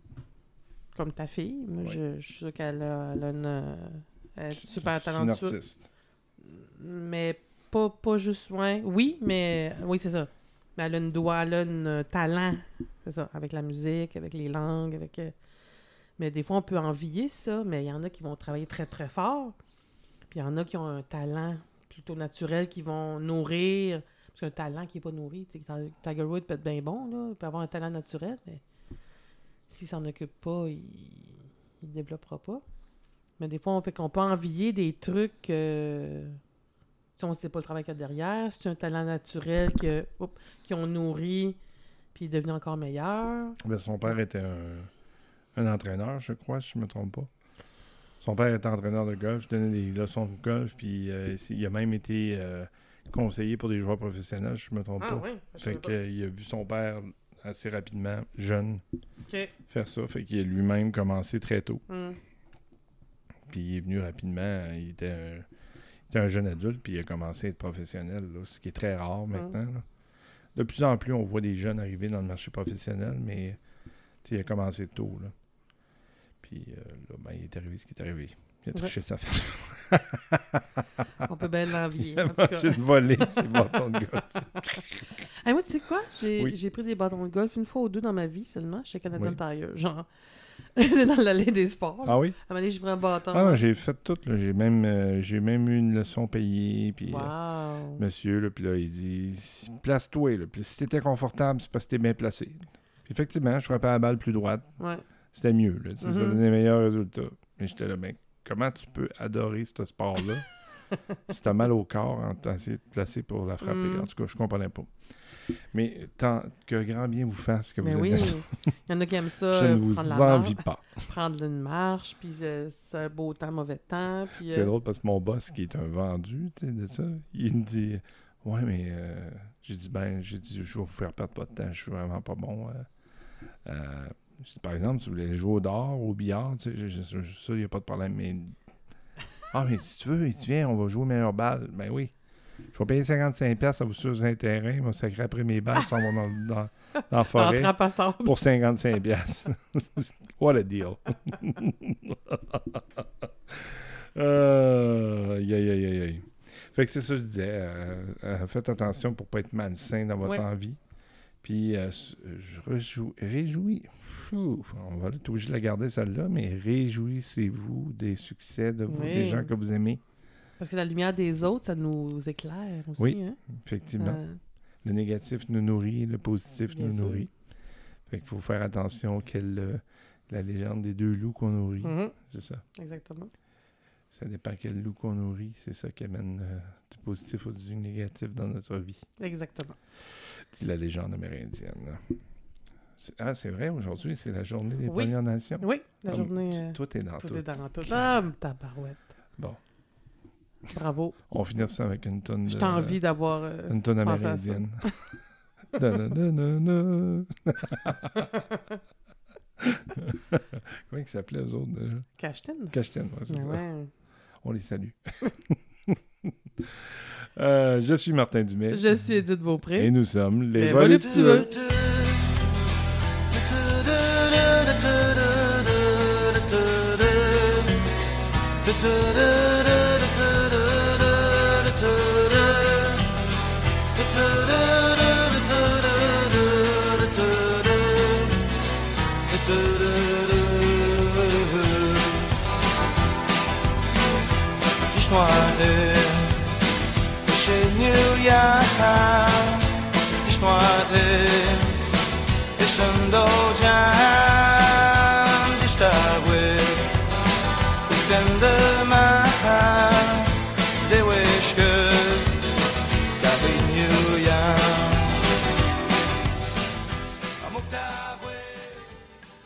comme ta fille. Moi, oui. je, je suis sûre qu'elle a, elle a une, elle est super talentueuse. C'est une artiste. Mais pas, pas juste... Ouais. Oui, mais... Oui, c'est ça. Mais elle a une doigt, elle a un talent. C'est ça. Avec la musique, avec les langues, avec... Mais des fois, on peut envier ça, mais il y en a qui vont travailler très, très fort. Puis il y en a qui ont un talent plutôt naturel, qui vont nourrir. Parce qu'un talent qui n'est pas nourri, tu sais, Tiger Woods peut être bien bon, là, il peut avoir un talent naturel, mais s'il ne s'en occupe pas, il ne développera pas. Mais des fois, on fait qu'on peut envier des trucs... Euh, si on ne sait pas le travail qu'il y a derrière, c'est un talent naturel que, oups, qui ont nourri, puis il est devenu encore meilleur. Ben, son père était un... Un entraîneur, je crois, si je ne me trompe pas. Son père était entraîneur de golf. Je donnais des leçons de golf. Puis euh, il a même été euh, conseiller pour des joueurs professionnels, si je ne me trompe ah, pas. Oui, fait qu'il a vu son père assez rapidement, jeune, okay. faire ça. Fait qu'il a lui-même commencé très tôt. Mm. Puis il est venu rapidement. Il était un, il était un jeune adulte, puis il a commencé à être professionnel, là, ce qui est très rare maintenant. Mm. Là. De plus en plus, on voit des jeunes arriver dans le marché professionnel, mais il a commencé tôt, là. Puis euh, là, ben, il est arrivé ce qui est arrivé. Il a touché ouais. sa femme. On peut bien l'envier. Il a mangé une volée de ses bâtons de golf. Hey, moi, tu sais quoi? J'ai, oui. j'ai pris des bâtons de golf une fois ou deux dans ma vie seulement chez Canadian oui. Tire. Genre, c'est dans l'allée des sports. Ah oui? À un moment donné, j'ai pris un bâton. Ah non, j'ai fait tout. Là. J'ai, même, euh, j'ai même eu une leçon payée. Puis, wow. euh, monsieur, là, puis là, il dit place-toi. Là. Puis si t'étais confortable, c'est parce que t'es bien placé. Puis effectivement, je frappais la balle plus droite. Ouais. C'était mieux. Là, mm-hmm. Ça donnait les meilleurs résultats. Mais j'étais là, ben, comment tu peux adorer ce sport-là si t'as mal au corps en t'en essayant de te placer pour la frapper? Mm. En tout cas, je comprenais pas. Mais tant que grand bien vous fasse que mais vous oui. aimez ça. Il y en a qui aiment ça. Je ne vous envie pas. Prendre une marche, puis euh, c'est un beau temps, mauvais temps. Puis, c'est euh... drôle parce que mon boss, qui est un vendu tu sais, de ça, il me dit ouais, mais euh, j'ai dit ben, j'ai dit je vais vous faire perdre pas de temps, je suis vraiment pas bon. Euh, euh, je dis, par exemple, si vous voulez jouer au dard, au billard, tu sais, je, je, je, ça, il n'y a pas de problème. Mais ah, mais si tu veux, tu viens, on va jouer meilleure balle. Ben oui. Je vais payer cinquante-cinq dollars à vous sur un terrain, il va sacrer après mes balles, s'en vont dans, dans, dans la forêt pour cinquante-cinq dollars. What a deal! euh, aïe, aïe, aïe, aïe. Fait que c'est ça que je disais. Euh, euh, faites attention pour ne pas être malsain dans votre ouais. envie. Puis, euh, je rejou- réjouis. Ouf, on va être obligé de la garder celle-là, mais réjouissez-vous des succès de vous, oui. des gens que vous aimez. Parce que la lumière des autres, ça nous éclaire aussi. Oui, hein? effectivement. Euh... Le négatif nous nourrit, le positif Bien nous sûr. nourrit. Fait qu'il faut faire attention quelle euh, la légende des deux loups qu'on nourrit. Mm-hmm. C'est ça. Exactement. Ça dépend quel loup qu'on nourrit. C'est ça qui amène euh, du positif ou du négatif dans notre vie. Exactement. C'est la légende amérindienne. Là. C'est... Ah, c'est vrai, aujourd'hui, c'est la journée des oui. Premières Nations. Oui, la ah, journée... Tu, euh, tout est dans tout. Tout est dans tout. Ah, tabarouette. Bon. Bravo. On va finir ça avec une tonne de... J'ai envie d'avoir... Euh, une tonne amérindienne. Comment ils s'appelaient, eux autres, déjà? Cachetin. Cachetin, ouais, c'est ça. Ouais. On les salue. euh, je suis Martin Dumais. Je suis Édith Beaupré. Et nous sommes les, les voluptueux. I'm